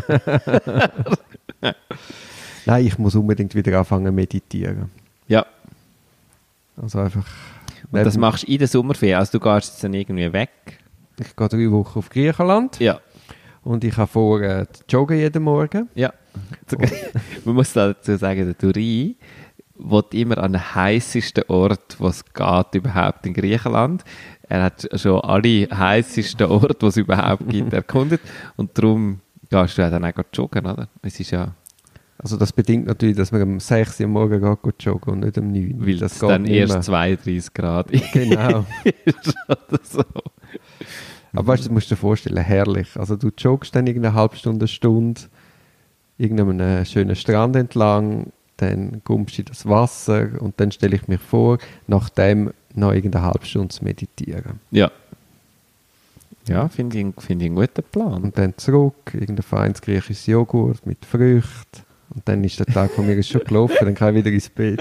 Nein, ich muss unbedingt wieder anfangen zu meditieren. Ja. Also einfach... Und das machst du in der Sommerferien? Also du gehst jetzt dann irgendwie weg? Ich gehe drei Wochen auf Griechenland. Ja. Und ich habe vor, äh, zu joggen jeden Morgen. Ja. Man muss dazu sagen, der Turin, will immer an den heissesten Ort, was geht überhaupt in Griechenland. Er hat schon alle heissesten Orte, die es überhaupt gibt, erkundet. Und darum gehst du ja dann auch joggen, oder? Es ist ja... Also das bedingt natürlich, dass man um sechs Uhr am Morgen geht joggen und nicht um neun. Weil das dann erst zweiunddreißig Grad ist. Genau. Oder so. Aber weißt du, das musst du dir vorstellen, herrlich. Also du joggst dann irgendeine halbe Stunde, eine Stunde, irgendeinem schönen Strand entlang, dann kommst du in das Wasser und dann stelle ich mir vor, nachdem noch irgendeine halbe Stunde zu meditieren. Ja. Ja, finde ich, find ich einen guten Plan. Und dann zurück, irgendein feines griechisches Joghurt mit Früchten. Und dann ist der Tag von mir schon gelaufen, dann kann ich wieder ins Bett.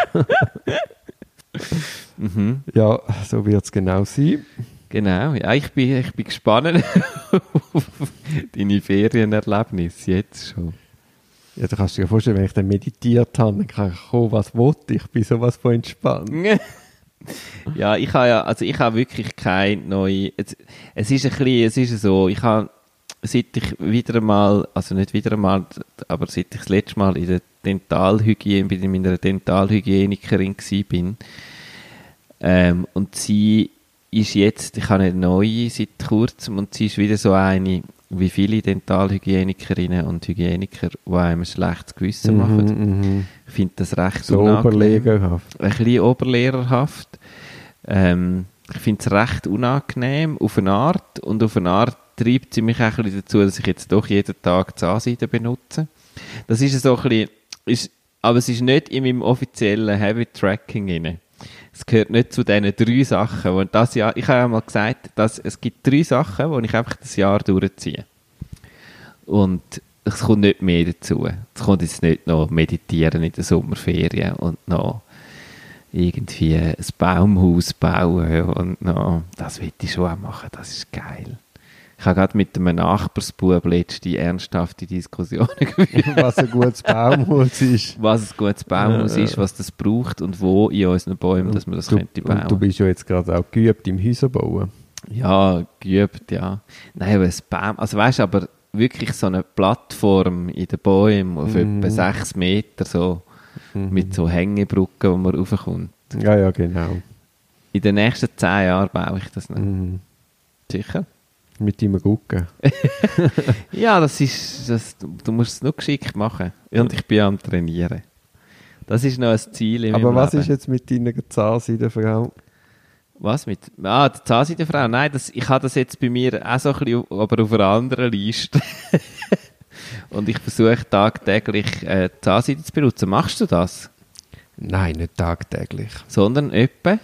Mhm. Ja, so wird es genau sein. Genau, ja, ich bin, ich bin gespannt auf deine Ferienerlebnisse jetzt schon. Ja, da kannst du dir vorstellen, wenn ich dann meditiert habe, dann kann ich kommen, was will. Ich bin sowas von entspannt. Ja, ich habe ja, also ich habe wirklich keine neue, es, es ist ein bisschen, es ist so, ich habe, seit ich wieder einmal, also nicht wieder einmal, aber seit ich das letzte Mal in der Dentalhygiene, bei meiner Dentalhygienikerin gsi bin, ähm, und sie ist jetzt, ich habe eine neue seit kurzem, und sie ist wieder so eine, wie viele Dentalhygienikerinnen und Hygieniker, die einem ein schlechtes Gewissen Mhm, machen. mhm. Ich finde das recht So unangenehm. oberlegerhaft. Ein bisschen oberlehrerhaft. Ähm, ich finde es recht unangenehm, auf eine Art. Und auf eine Art treibt sie mich auch ein bisschen dazu, dass ich jetzt doch jeden Tag Zahnseide benutze. Das ist so ein bisschen, ist, aber es ist nicht in meinem offiziellen Habit-Tracking drin. Es gehört nicht zu diesen drei Sachen. Und das Jahr, ich habe ja mal gesagt, dass es gibt drei Sachen, die ich einfach das Jahr durchziehe. Und es kommt nicht mehr dazu. Es kommt jetzt nicht noch meditieren in der Sommerferien und noch irgendwie ein Baumhaus bauen und noch, das will ich schon auch machen, das ist geil. Ich habe gerade mit einem Nachbarsbub letzte ernsthafte Diskussionen geführt. Was ein gutes Baumhaus ist. Was ein gutes Baumhaus Ja. ist, was das braucht und wo in unseren Bäumen, dass man das du, könnte bauen. Und du bist ja jetzt gerade auch geübt im Häuserbauen. Ja, geübt, ja. Nein, aber ein Baum, also weißt du, aber wirklich so eine Plattform in den Bäumen auf Mhm. etwa sechs Meter, so, Mhm. mit so Hängebrücken, wo man raufkommt. Ja, ja, genau. In den nächsten zehn Jahren baue ich das noch. Mhm. Sicher? Mit deinem Rücken. Ja, das ist, das, du musst es nur geschickt machen. Und ich bin am Trainieren. Das ist noch ein Ziel in Aber meinem was Leben. ist jetzt mit deiner Zahnseide-Frau? Was mit? Ah, die Zahnseidefrau. Nein, das, ich habe das jetzt bei mir auch so ein bisschen, aber auf einer anderen Liste. Und ich versuche tagtäglich äh, Zahnseide zu benutzen. Machst du das? Nein, nicht tagtäglich. Sondern etwa?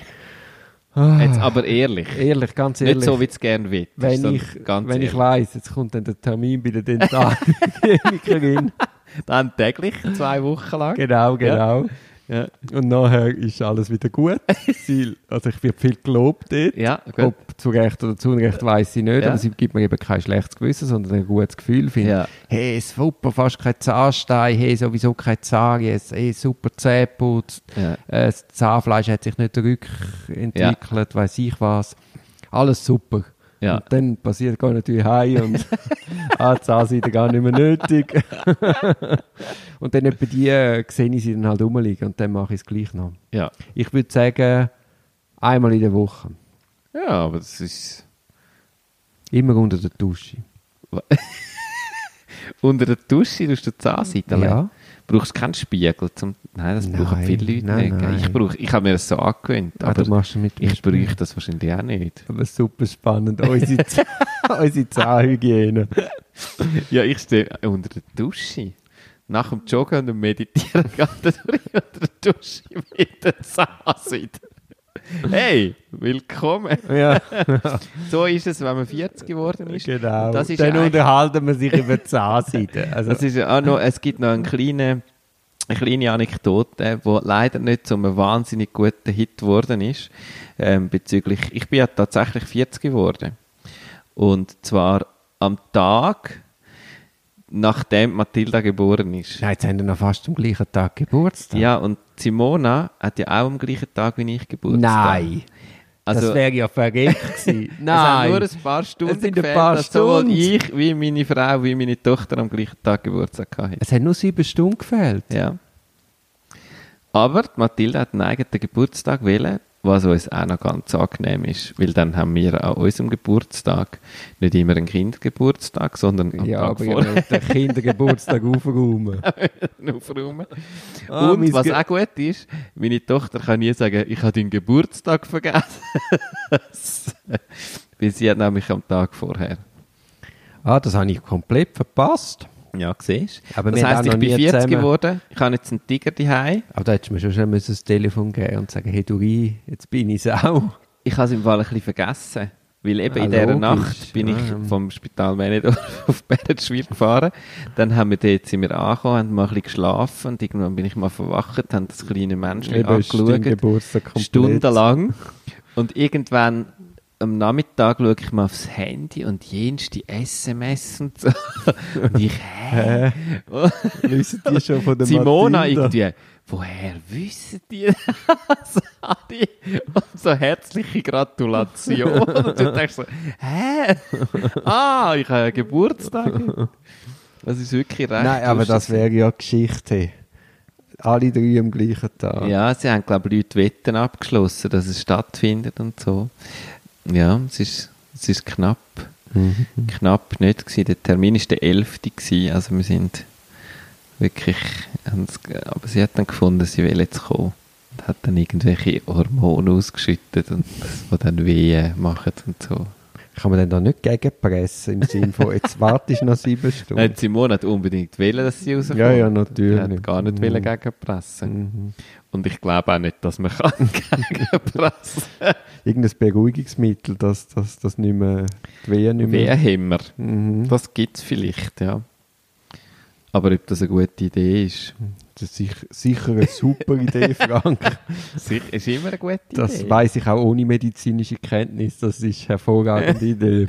Ah, Jetzt aber ehrlich. ehrlich, ganz ehrlich. Nicht so, wie du es gerne willst. wenn sondern ich, ganz wenn ich ehrlich. weiss, jetzt kommt dann der Termin bei der Dentalhygienikerin. Dann täglich, zwei Wochen lang. Genau, genau. Ja, Und nachher ist alles wieder gut. Sie, also ich werde viel gelobt dort. ja gut. Ob zu Recht oder zu Unrecht weiss ich nicht, Ja. aber sie gibt mir eben kein schlechtes Gewissen, sondern ein gutes Gefühl. Finde, Ja. hey, super, fast kein Zahnstein, hey, sowieso kein Zahnjes, hey, super Zähneputz, Ja. äh, das Zahnfleisch hat sich nicht rückentwickelt, weiss ich was. Alles super. Ja. Und dann passiert, gehe ich natürlich heim und ah, die Zahnseide gar nicht mehr nötig. Und dann etwa die äh, sehe ich sie dann halt rumliegen und dann mache ich es gleich noch. Ja. Ich würde sagen, einmal in der Woche. Ja, aber das ist... Immer unter der Dusche. Unter der Dusche tust du die Zahnseide legen? Ja. Brauchst du keinen Spiegel? Zum... Nein, das brauchen Nein, viele Leute nein, nicht. gell? nein. Ich, brauch, ich habe mir das so angewöhnt, Aber aber du machst mit ich bräuchte das wahrscheinlich auch nicht. Aber super spannend. Unsere, Z- unsere Zahnhygiene. Ja, ich stehe unter der Dusche. Nach dem Joggen und dem Meditieren geht er durch unter der Dusche mit der Zahnseide. Hey, willkommen. Ja, So ist es, wenn man vierzig geworden ist. genau. Das ist Dann eigentlich- unterhalten wir sich über die Zahnseide. Also, Das ist ja auch noch, es gibt noch eine kleine, eine kleine Anekdote, die leider nicht zu einem wahnsinnig guten Hit geworden ist. Ähm, bezüglich, ich bin ja tatsächlich vierzig geworden. Und zwar am Tag, nachdem Mathilda geboren ist. Nein, jetzt haben wir noch fast am gleichen Tag Geburtstag. Ja, und Simona hat ja auch am gleichen Tag wie ich Geburtstag. Nein, Also, das wäre ja verrückt gewesen. es haben nur Nein, ein paar Stunden Es sind ein gefehlt, paar dass sowohl Stunden. ich, wie meine Frau, wie meine Tochter am gleichen Tag Geburtstag hatten. es hat nur sieben Stunden gefehlt. Ja. Aber die Mathilde hat einen eigenen Geburtstag wählen, was uns auch noch ganz angenehm ist, weil dann haben wir an unserem Geburtstag nicht immer einen Kindergeburtstag, sondern am Ja, Tag aber vorher. ja, den Kindergeburtstag aufräumen. Aufräumen. Ah, Und mein was Ge- auch gut ist, meine Tochter kann nie sagen, ich habe deinen Geburtstag vergessen. Weil sie hat nämlich am Tag vorher. Ah, das habe ich komplett verpasst. Ja, siehst du. Aber Das wir haben heisst, auch ich noch bin nie vierzig zusammen- geworden, ich habe jetzt einen Tiger daheim. Aber da hättest du mir schon schnell müssen das Telefon geben und sagen, hey Duri, jetzt bin ich es auch. Ich habe es im Fall ein bisschen vergessen. Weil eben Ah, in dieser logisch. Nacht bin ich Ah. vom Spital Venedor auf Beretschwil gefahren. Dann haben wir dort, sind wir angekommen, haben mal ein bisschen geschlafen und irgendwann bin ich mal verwacht, haben das kleine Menschchen Eben ist dein angeschaut. Geburtstag komplett. Stundenlang. Und irgendwann am Nachmittag schaue ich mal aufs Handy und jenste S M S und so. Und ich, hä? Wissen die schon von der Simona Mathilda? irgendwie, woher wissen die das, Adi? Und so herzliche Gratulation. Und du denkst so, hä? Ah, ich habe ja Geburtstag. Das ist wirklich recht Nein, aber das lustig. wäre ja Geschichte. Alle drei am gleichen Tag. Ja, sie haben, glaube ich, Leute Wetten abgeschlossen, dass es stattfindet und so. Ja, es ist, es ist knapp. Mhm. Knapp nicht gewesen. Der Termin war der elfte gewesen. Also wir sind wirklich, haben's- aber sie hat dann gefunden, sie will jetzt kommen. Und hat dann irgendwelche Hormone ausgeschüttet und die dann Wehen machen und so. Kann man denn da nicht gegenpressen, im Sinne von, jetzt wartest du noch sieben Stunden? Nein, Simone hat unbedingt wollen, dass sie rauskommt. Ja, ja, natürlich. Sie hat gar nicht Mhm. wollen gegenpressen. Mhm. Und ich glaube auch nicht, dass man kann gegenpressen kann. Irgendein Beruhigungsmittel, dass das dass nicht mehr die Wehen nicht mehr... Wehenhämmer. Mhm. Das gibt es vielleicht, ja. Aber ob das eine gute Idee ist, Das ist sich- sicher eine super Idee, Frank. sicher- ist immer eine gute Das Idee. weiss ich auch ohne medizinische Kenntnis. Das ist eine hervorragende Idee.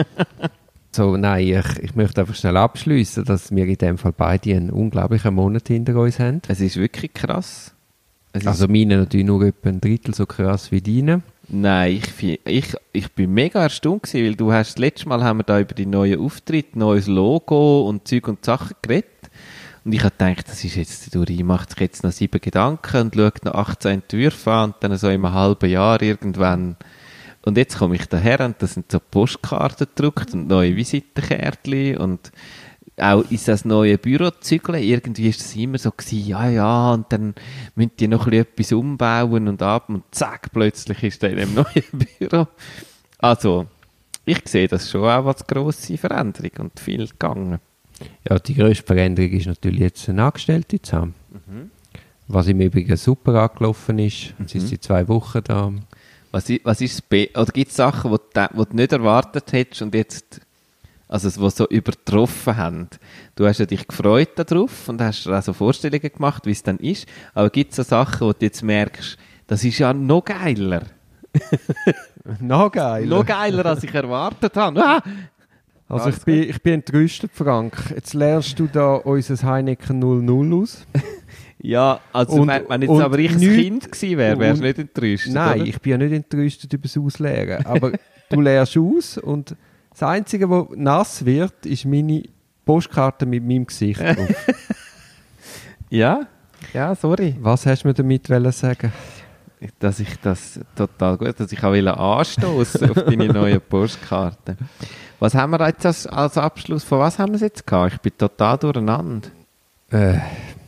So, nein, ich, ich möchte einfach schnell abschließen, dass wir in dem Fall beide einen unglaublichen Monat hinter uns haben. Es ist wirklich krass. Es ist, Also meine natürlich nur etwa ein Drittel so krass wie deine. nein, ich, fi- ich, ich bin mega erstaunt gewesen, weil du hast, das letzte Mal haben wir da über die neuen Auftritte, neues Logo und Zeug und Sachen geredet. Und ich habe gedacht, das ist jetzt, der Duri macht sich jetzt noch sieben Gedanken und schaut noch achtzehn Entwürfe an und dann so im halben Jahr irgendwann. Und jetzt komme ich daher und da sind so Postkarten gedruckt und neue Visitenkärtchen und auch in das neue Büro zügeln. Irgendwie ist das immer so gewesen, ja, ja, und dann müssen die noch ein bisschen etwas umbauen und ab und zack, plötzlich ist er in dem neuen Büro. Also, ich sehe das schon auch als grosse Veränderung und viel gegangen. Ja, die grösste Veränderung ist natürlich jetzt eine Angestellte zu haben. Was im Übrigen super angelaufen ist. Sie ist seit zwei Wochen da. Was, i- was ist das Be- oder gibt es Sachen, die du, die du nicht erwartet hättest und jetzt, also die so übertroffen haben? Du hast ja dich gefreut darauf und hast dir auch so Vorstellungen gemacht, wie es dann ist, aber gibt es so Sachen, wo du jetzt merkst, das ist ja noch geiler. Noch geil. Noch geiler, als ich erwartet habe. Ah! Also ich bin, ich bin entrüstet, Frank. Jetzt lernst du da unser Heineken null null aus. Ja, also Und- wenn, wenn jetzt und aber ich ein nicht- Kind gewesen wäre, wärst du und- nicht enttäuscht, Nein, oder? ich bin ja nicht entrüstet über das Ausleeren. Aber du lehrst aus und das Einzige, was nass wird, ist meine Postkarte mit meinem Gesicht drauf. Ja, ja, sorry. Was hast du mir damit wollen sagen? Dass ich das total gut, dass ich auch will anstoßen auf deine neuen Postkarten. Was haben wir jetzt als, als Abschluss, von was haben wir es jetzt gehabt? Ich bin total durcheinander. Äh.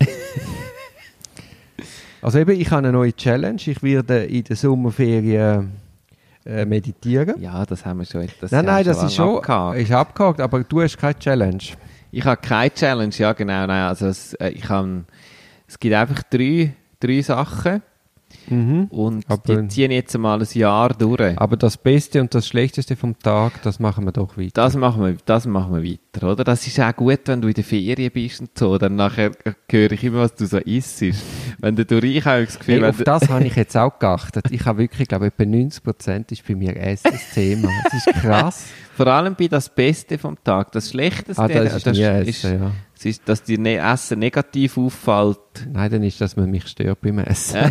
Also eben, ich habe eine neue Challenge. Ich werde in der Sommerferien äh, meditieren. Ja, das haben wir schon. Das nein, nein, haben wir das ist schon lange abgehakt. ist abgehakt, aber du hast keine Challenge. Ich habe keine Challenge, ja genau. Nein, also es, äh, ich habe, es gibt einfach drei, drei Sachen Mhm. und Aber- die ziehen jetzt mal ein Jahr durch. Aber das Beste und das Schlechteste vom Tag, das machen wir doch weiter. Das machen wir, das machen wir weiter, oder? Das ist auch gut, wenn du in der Ferien bist und so. Dann nachher höre ich immer, was du so isst. Wenn du durch ich habe das Gefühl, Hey, wenn auf du- das habe ich jetzt auch geachtet. Ich habe wirklich, glaube ich, etwa neunzig Prozent ist bei mir Essen das Thema. Das ist krass. vor allem bei das Beste vom Tag. Das Schlechteste, Ah, das ist nie ist, Essen, ja. Es ist, dass dir ne- Essen negativ auffällt. Nein, dann ist, dass man mich stört beim Essen.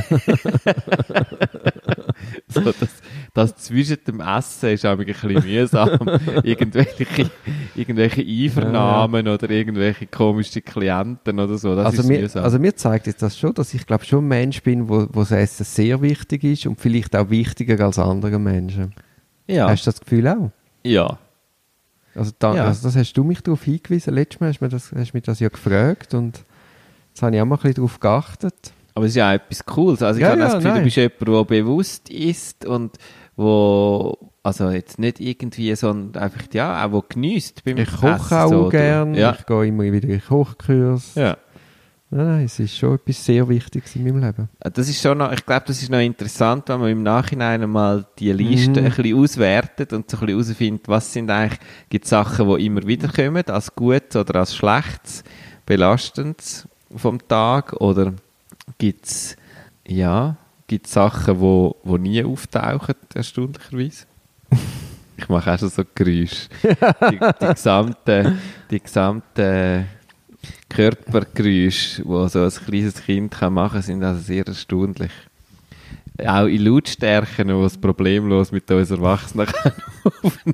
so, das, das zwischen dem Essen ist auch ein bisschen mühsam. irgendwelche, irgendwelche Einvernahmen ja, ja. oder irgendwelche komischen Klienten oder so. Das also, ist mir, mühsam. also mir zeigt jetzt das schon, dass ich glaube schon ein Mensch bin, wo, wo das Essen sehr wichtig ist und vielleicht auch wichtiger als andere Menschen. Ja. Hast du das Gefühl auch? Ja. Also, da, ja. also das hast du mich darauf hingewiesen. Letztes Mal hast du mich das, hast mich das ja gefragt und jetzt habe ich auch mal ein bisschen darauf geachtet. Aber es ist ja auch etwas Cooles. Also ich ja, habe ja, das Gefühl, nein. du bist jemand, der bewusst ist und wo, also jetzt nicht irgendwie, sondern einfach, ja, auch wo geniesst beim Ich koche Essen, auch so, gern. Ja. Ich gehe immer wieder in Kochkurs. Ja. Nein, nein, es ist schon etwas sehr Wichtiges in meinem Leben. Das ist schon noch, ich glaube, das ist noch interessant, wenn man im Nachhinein einmal die Liste Mhm. ein bisschen auswertet und so ein bisschen herausfindet, was sind eigentlich, gibt es Sachen, die immer wieder kommen, als Gutes oder als Schlechtes, Belastendes vom Tag, oder gibt es, ja, gibt es Sachen, die, die nie auftauchen, erstaunlicherweise. Ich mache auch schon so Geräusche. Die, die gesamte, die gesamte Körpergeräusche, die so ein kleines Kind kann machen kann, sind also sehr erstaunlich. Auch in Lautstärken, die es problemlos mit uns Erwachsenen aufnehmen.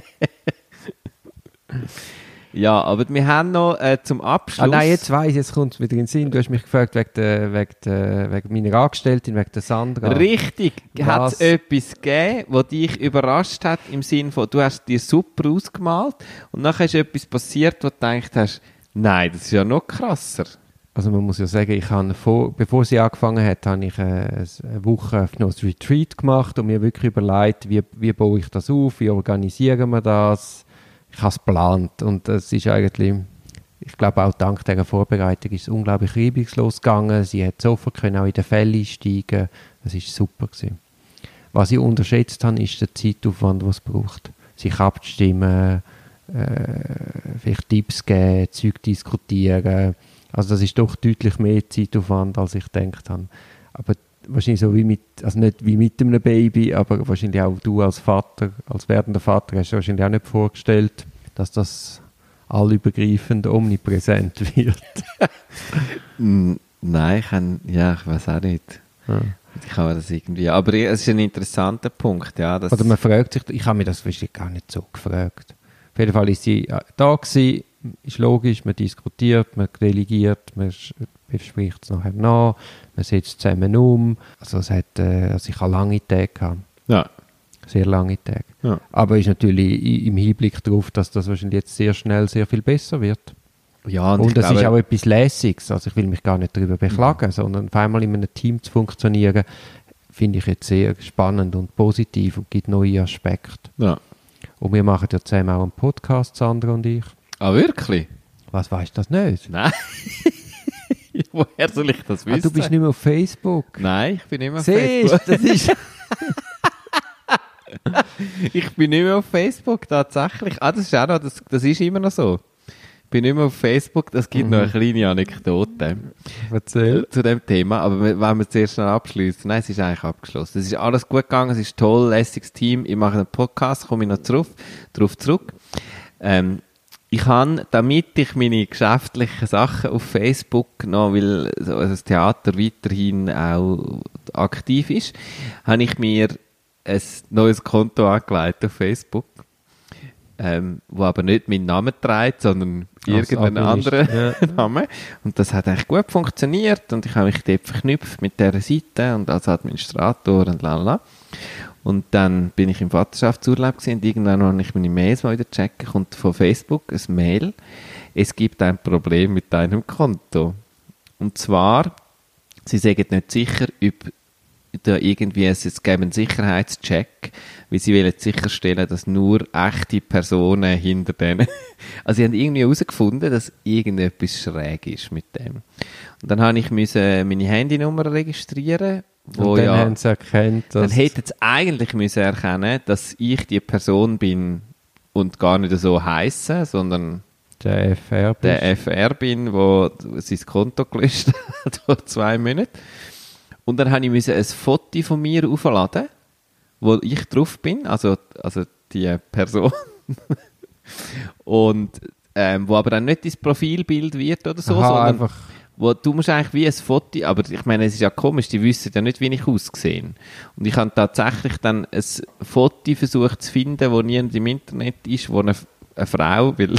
Ja, aber wir haben noch äh, zum Abschluss... Ah nein, jetzt weiss ich, jetzt kommt es wieder in den Sinn. Du hast mich gefragt wegen, der, wegen, der, wegen meiner Angestellten, wegen der Sandra. Richtig. Hat es Was? etwas gegeben, was dich überrascht hat, im Sinne von, du hast dir super ausgemalt und nachher ist etwas passiert, wo du gedacht hast, nein, das ist ja noch krasser. Also man muss ja sagen, ich habe vor, bevor sie angefangen hat, habe ich äh, eine Woche auf noch ein Retreat gemacht und mir wirklich überlegt, wie, wie baue ich das auf, wie organisieren wir das. Ich habe es geplant und es ist eigentlich, ich glaube auch dank dieser Vorbereitung ist es unglaublich reibungslos gegangen. Sie hat sofort können auch in den Fälle einsteigen. Es war super gewesen. Was ich unterschätzt habe, ist der Zeitaufwand, den es braucht. Sich abzustimmen, äh, vielleicht Tipps geben, Zeug diskutieren. Also das ist doch deutlich mehr Zeitaufwand, als ich gedacht habe. Aber wahrscheinlich so wie mit, also nicht wie mit einem Baby, aber wahrscheinlich auch du als Vater, als werdender Vater, hast du wahrscheinlich auch nicht vorgestellt, dass das allübergreifend omnipräsent wird. Nein, ich kann, ja, ich weiß auch nicht. Ja. Ich kann mir das irgendwie, aber es ist ein interessanter Punkt, ja. Dass Oder man fragt sich, ich habe mir das wahrscheinlich gar nicht so gefragt. Auf jeden Fall ist sie da gewesen, ist logisch, man diskutiert, man delegiert, man bespricht es nachher nach, man setzt zusammen um. Also, es hat, äh, also ich habe lange Tage gehabt. Ja. Sehr lange Tage. Ja. Aber ist natürlich im Hinblick darauf, dass das wahrscheinlich jetzt sehr schnell sehr viel besser wird. Ja, und, und ich das glaube, ist auch etwas Lässiges. Also ich will mich gar nicht darüber beklagen, mhm. sondern auf einmal in einem Team zu funktionieren, finde ich jetzt sehr spannend und positiv und gibt neue Aspekte. Ja. Und wir machen ja zusammen auch einen Podcast, Sandra und ich. Ah, wirklich? Was, weißt du das nicht? Nein. Woher soll ich das wissen? Ah, du bist nicht mehr auf Facebook? Nein, ich bin nicht mehr auf Siehst, Facebook. das ist... Ich bin nicht mehr auf Facebook, tatsächlich. Ah, das ist auch noch, das, das ist immer noch so. Ich bin nicht mehr auf Facebook, das gibt mhm. noch eine kleine Anekdote. Erzähl. Zu dem Thema, aber wenn wir zuerst noch abschließen. Nein, es ist eigentlich abgeschlossen. Es ist alles gut gegangen, es ist toll, lässiges Team. Ich mache einen Podcast, komme ich noch drauf, drauf zurück. Ähm, ich habe, damit ich meine geschäftlichen Sachen auf Facebook noch, weil also das Theater weiterhin auch aktiv ist, habe ich mir ein neues Konto angelegt auf Facebook, ähm, wo aber nicht meinen Namen trägt, sondern irgendeinen anderen ja. Namen. Und das hat eigentlich gut funktioniert und ich habe mich dort verknüpft mit dieser Seite und als Administrator und lalala. Und dann bin ich im Vaterschaftsurlaub gewesen und irgendwann habe ich meine Mails mal wieder checken, kommt von Facebook ein Mail, es gibt ein Problem mit deinem Konto. Und zwar, sie sagen nicht sicher, ob da irgendwie, es gäbe einen Sicherheitscheck, weil sie wollen sicherstellen, dass nur echte Personen hinter denen, also sie haben irgendwie herausgefunden, dass irgendetwas schräg ist mit dem. Und dann habe ich müssen meine Handynummer registrieren, wo und dann ja, haben sie erkannt, dass... Dann hätten sie eigentlich müssen erkennen, dass ich die Person bin und gar nicht so heisse, sondern der F R bist. der F R bin, der sein Konto gelöscht hat vor zwei Monaten. Und dann habe ich müssen ein Foto von mir aufladen, wo ich drauf bin, also, also die Person. Und ähm, wo aber dann nicht dein Profilbild wird oder so, Aha, sondern einfach. wo du musst eigentlich wie ein Foto, aber ich meine, es ist ja komisch, die wissen ja nicht, wie ich aussehe. Und ich habe tatsächlich dann ein Foto versucht zu finden, das nirgends im Internet ist, wo eine, eine Frau, weil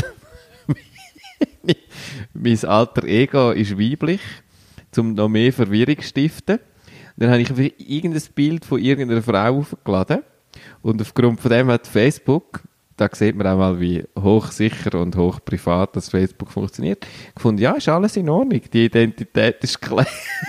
mein alter Ego ist weiblich, um noch mehr Verwirrung zu stiften. Dann habe ich einfach irgendein Bild von irgendeiner Frau aufgeladen und aufgrund von dem hat Facebook, da sieht man auch mal, wie hochsicher und hochprivat das Facebook funktioniert, gefunden, ja, ist alles in Ordnung, die Identität ist geklärt.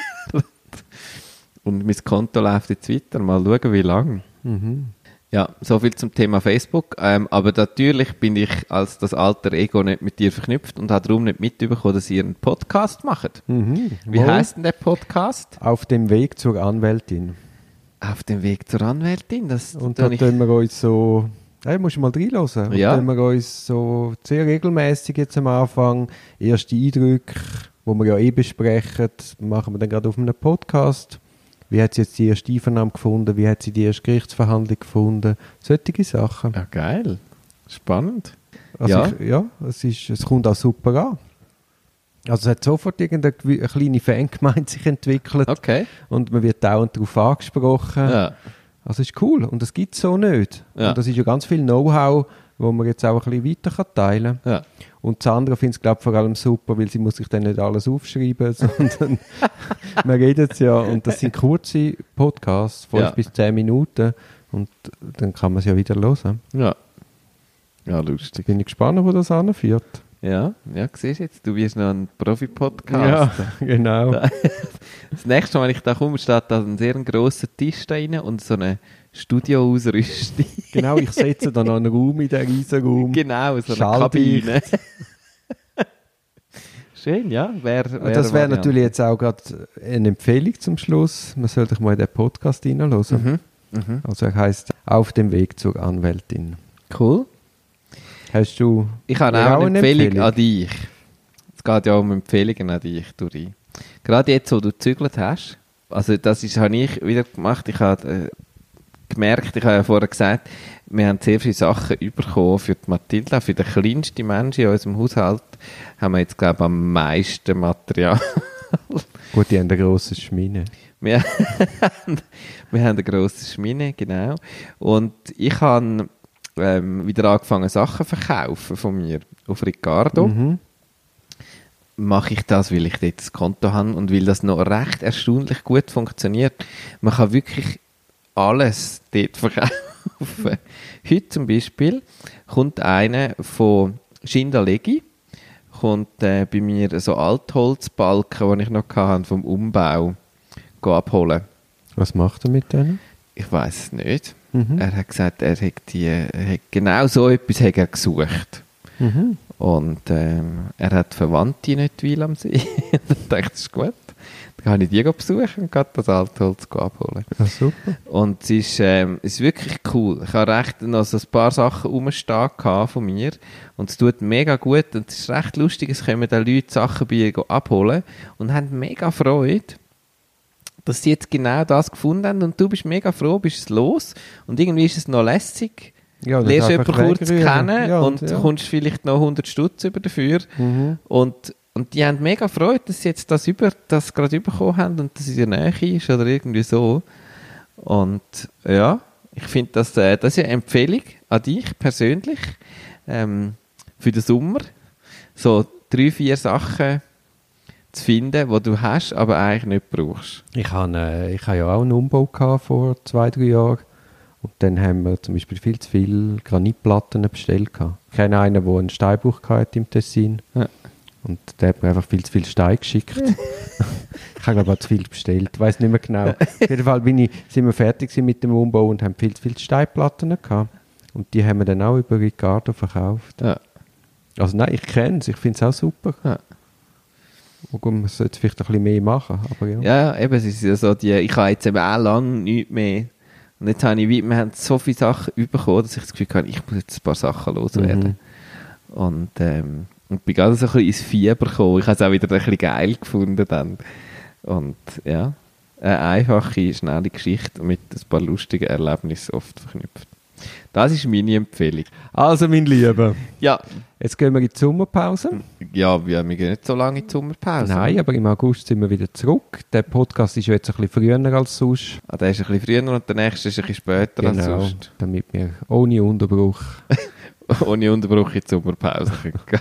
Und mein Konto läuft jetzt weiter, mal schauen, wie lange. Mhm. Ja, so viel zum Thema Facebook. Ähm, aber natürlich bin ich als das alter Ego nicht mit dir verknüpft und habe darum nicht mitbekommen, dass ihr einen Podcast macht. Mhm. Wie Wohl. heisst denn der Podcast? Auf dem Weg zur Anwältin. Auf dem Weg zur Anwältin. Das Und tue da ich- tun wir uns so, hey, musst du mal reinhören. Ja. Da tun wir uns so sehr regelmäßig jetzt am Anfang erste Eindrücke, die wir ja eh besprechen, machen wir dann gerade auf einem Podcast. Wie hat sie jetzt die erste Einvernahme gefunden? Wie hat sie die erste Gerichtsverhandlung gefunden? Solche Sachen. Ja, geil. Spannend. Also Ja. ich, ja, es, ist, es kommt auch super an. Also es hat sofort irgendeine gewi- eine kleine Fangemeinde sich entwickelt Okay. und man wird dauernd darauf angesprochen. Ja. Also es ist cool und das gibt es so nicht. Ja. Und das ist ja ganz viel Know-how, wo man jetzt auch ein bisschen weiter kann teilen kann. Ja. Und Sandra findet es, glaube ich, vor allem super, weil sie muss sich dann nicht alles aufschreiben, sondern man redet es ja und das sind kurze Podcasts, fünf Ja. bis zehn Minuten und dann kann man es ja wieder hören. Ja. Ja, lustig. Bin ich gespannt, wo das anführt. Ja, ja, siehst du jetzt, du wirst noch ein Profi-Podcast. genau. Das nächste Mal, wenn ich da komme, steht da ein sehr grosser Tisch da rein und so eine Studioausrüstung. Genau, ich setze da noch einen Raum in den riesen Raum. Genau, so eine Schalldicht. Kabine. Schön, ja. Wär, wär das wäre Variante. natürlich jetzt auch gerade eine Empfehlung zum Schluss. Man sollte mal in den Podcast reinhören. Mhm. Mhm. Also er heisst «Auf dem Weg zur Anwältin». Cool. Hast du Ich habe Ja, auch auch eine eine Empfehlung, Empfehlung. an dich. Es geht ja um Empfehlungen an dich, Duri. Gerade jetzt, wo du gezügelt hast, also das ist, habe ich wieder gemacht, ich habe äh, gemerkt, ich habe ja vorher gesagt, wir haben sehr viele Sachen bekommen für die Mathilda, für den kleinsten Menschen in unserem Haushalt haben wir jetzt, glaube ich, am meisten Material. Gut, die haben eine grosse Schmine. Wir, wir haben eine grosse Schmine, genau. Und ich habe ähm, wieder angefangen, Sachen zu verkaufen von mir auf Ricardo. Mhm. Mache ich das, weil ich dort das Konto habe und weil das noch recht erstaunlich gut funktioniert. Man kann wirklich alles dort verkaufen. Heute zum Beispiel kommt einer von Schindalegi, kommt äh, bei mir so Altholzbalken, die ich noch hatte, vom Umbau go abholen. Was macht er mit denen? Ich weiß es nicht. Mhm. Er hat gesagt, er hat, die, er hat genau so etwas hat er gesucht. Mhm. Und ähm, er hat Verwandte nicht weil am See. Dann dachte ich, das ist gut. Dann kann ich die besuchen und das Altholz abholen. Ja, super. Und es ist, ähm, es ist wirklich cool. Ich habe recht noch so ein paar Sachen rumstehen von mir. Und es tut mega gut. Und es ist recht lustig, es kommen da Leute Sachen bei ihr abholen und haben mega Freude, dass sie jetzt genau das gefunden haben. Und du bist mega froh, bist es los. Und irgendwie ist es noch lässig. Ja, das Lernst einfach jemanden kurz wegrühren. kennen Ja, und ja. kommst vielleicht noch hundert Stutz über dafür. Mhm. Und, und die haben mega Freude, dass sie jetzt das, über, das gerade bekommen haben und dass es in der Nähe ist oder irgendwie so. Und ja, ich finde, das, äh, das ist eine Empfehlung an dich persönlich ähm, für den Sommer. So drei, vier Sachen zu finden, die du hast, aber eigentlich nicht brauchst. Ich habe äh, ich habe ja auch einen Umbau gehabt vor zwei, drei Jahren. Und dann haben wir zum Beispiel viel zu viele Granitplatten bestellt gehabt. Ich kenne einen, der einen Steinbruch hatte im Tessin. Ja. Und der hat mir einfach viel zu viel Stein geschickt. Ich habe, glaube ich, auch zu viel bestellt. Ich weiß nicht mehr genau. Auf jeden Fall bin ich, sind wir fertig gewesen mit dem Umbau und haben viel zu viele Steinplatten gehabt. Und die haben wir dann auch über Ricardo verkauft. Ja. Also nein, ich kenne es. Ich finde es auch super. Ja. Und gut, man sollte vielleicht ein bisschen mehr machen. Aber ja. Ja, eben, es ist ja so, die, ich habe jetzt eben auch lange nichts mehr. Und jetzt habe ich, wie- wir haben so viele Sachen bekommen, dass ich das Gefühl habe, ich muss jetzt ein paar Sachen loswerden. Mhm. Und, ähm, und bin gerade so ein bisschen ins Fieber gekommen. Ich habe es auch wieder ein bisschen geil gefunden dann. Und ja, eine einfache, schnelle Geschichte mit ein paar lustigen Erlebnissen oft verknüpft. Das ist meine Empfehlung. Also, mein Lieber, Ja, jetzt gehen wir in die Sommerpause. ja wir, wir gehen nicht so lange in die Sommerpause. Nein, aber im August sind wir wieder zurück. Der Podcast ist ja jetzt ein bisschen früher als sonst. Ah, der ist ein bisschen früher und der nächste ist ein bisschen später als Genau, sonst. damit wir ohne Unterbruch... Ohne Unterbruch in die Sommerpause können gehen.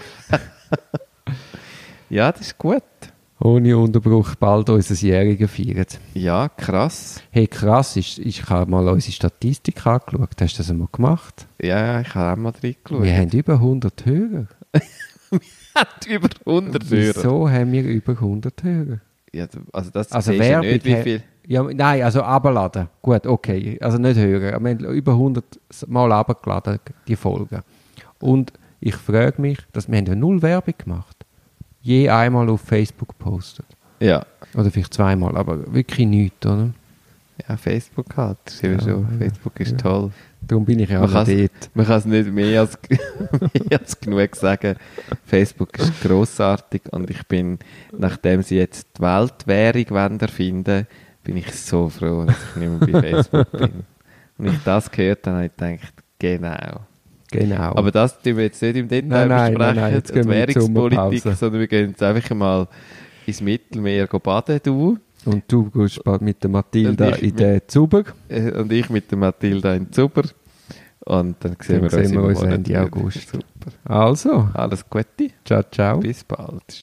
Ja, das ist gut. ohne Unterbruch bald unser Jährigen feiern. Ja, krass. Hey, krass, ist, ich habe mal unsere Statistik angeschaut. Hast du das einmal gemacht? Ja, ich habe auch mal reingeschaut. Wir haben über hundert Hörer. Hat über hundert Hörer. Wieso haben wir über hundert Hörer? Ja, du- also das Also siehst du Werbung... nicht, wie ha- viel. Ja, nein, also abladen. Gut, okay. Also nicht hören. Wir haben über hundert Mal abgeladen, die Folgen. Und ich frage mich, dass wir haben ja null Werbung gemacht. Je einmal auf Facebook gepostet. Ja. Oder vielleicht zweimal, aber wirklich nichts, oder? Ja, Facebook halt. Das ist eben Ja, schon. ja. Facebook ist Ja. toll. Darum bin ich ja Man auch kann's- dort. Man kann es nicht mehr als, mehr als genug sagen. Facebook ist grossartig und ich bin, nachdem sie jetzt die Weltwährung wollen erfinden, bin ich so froh, dass ich nicht mehr bei Facebook bin. Und ich das gehört habe, habe ich gedacht, genau. Genau. Aber das tun wir jetzt nicht im Detail Nein, nein, besprechen, nein, nein, jetzt die gehen wir in die Währungspolitik, Sommerpause. sondern wir gehen jetzt einfach mal ins Mittelmeer go baden, du. Und du gehst bald mit der Mathilda Und ich in mit- den Zuber. Äh, Und ich mit der Mathilda in Zuber. Und dann sehen Dann wir uns sehen wir im uns Monat Ende wieder. August. Super. Also, Alles Gute. ciao, ciao. Bis bald.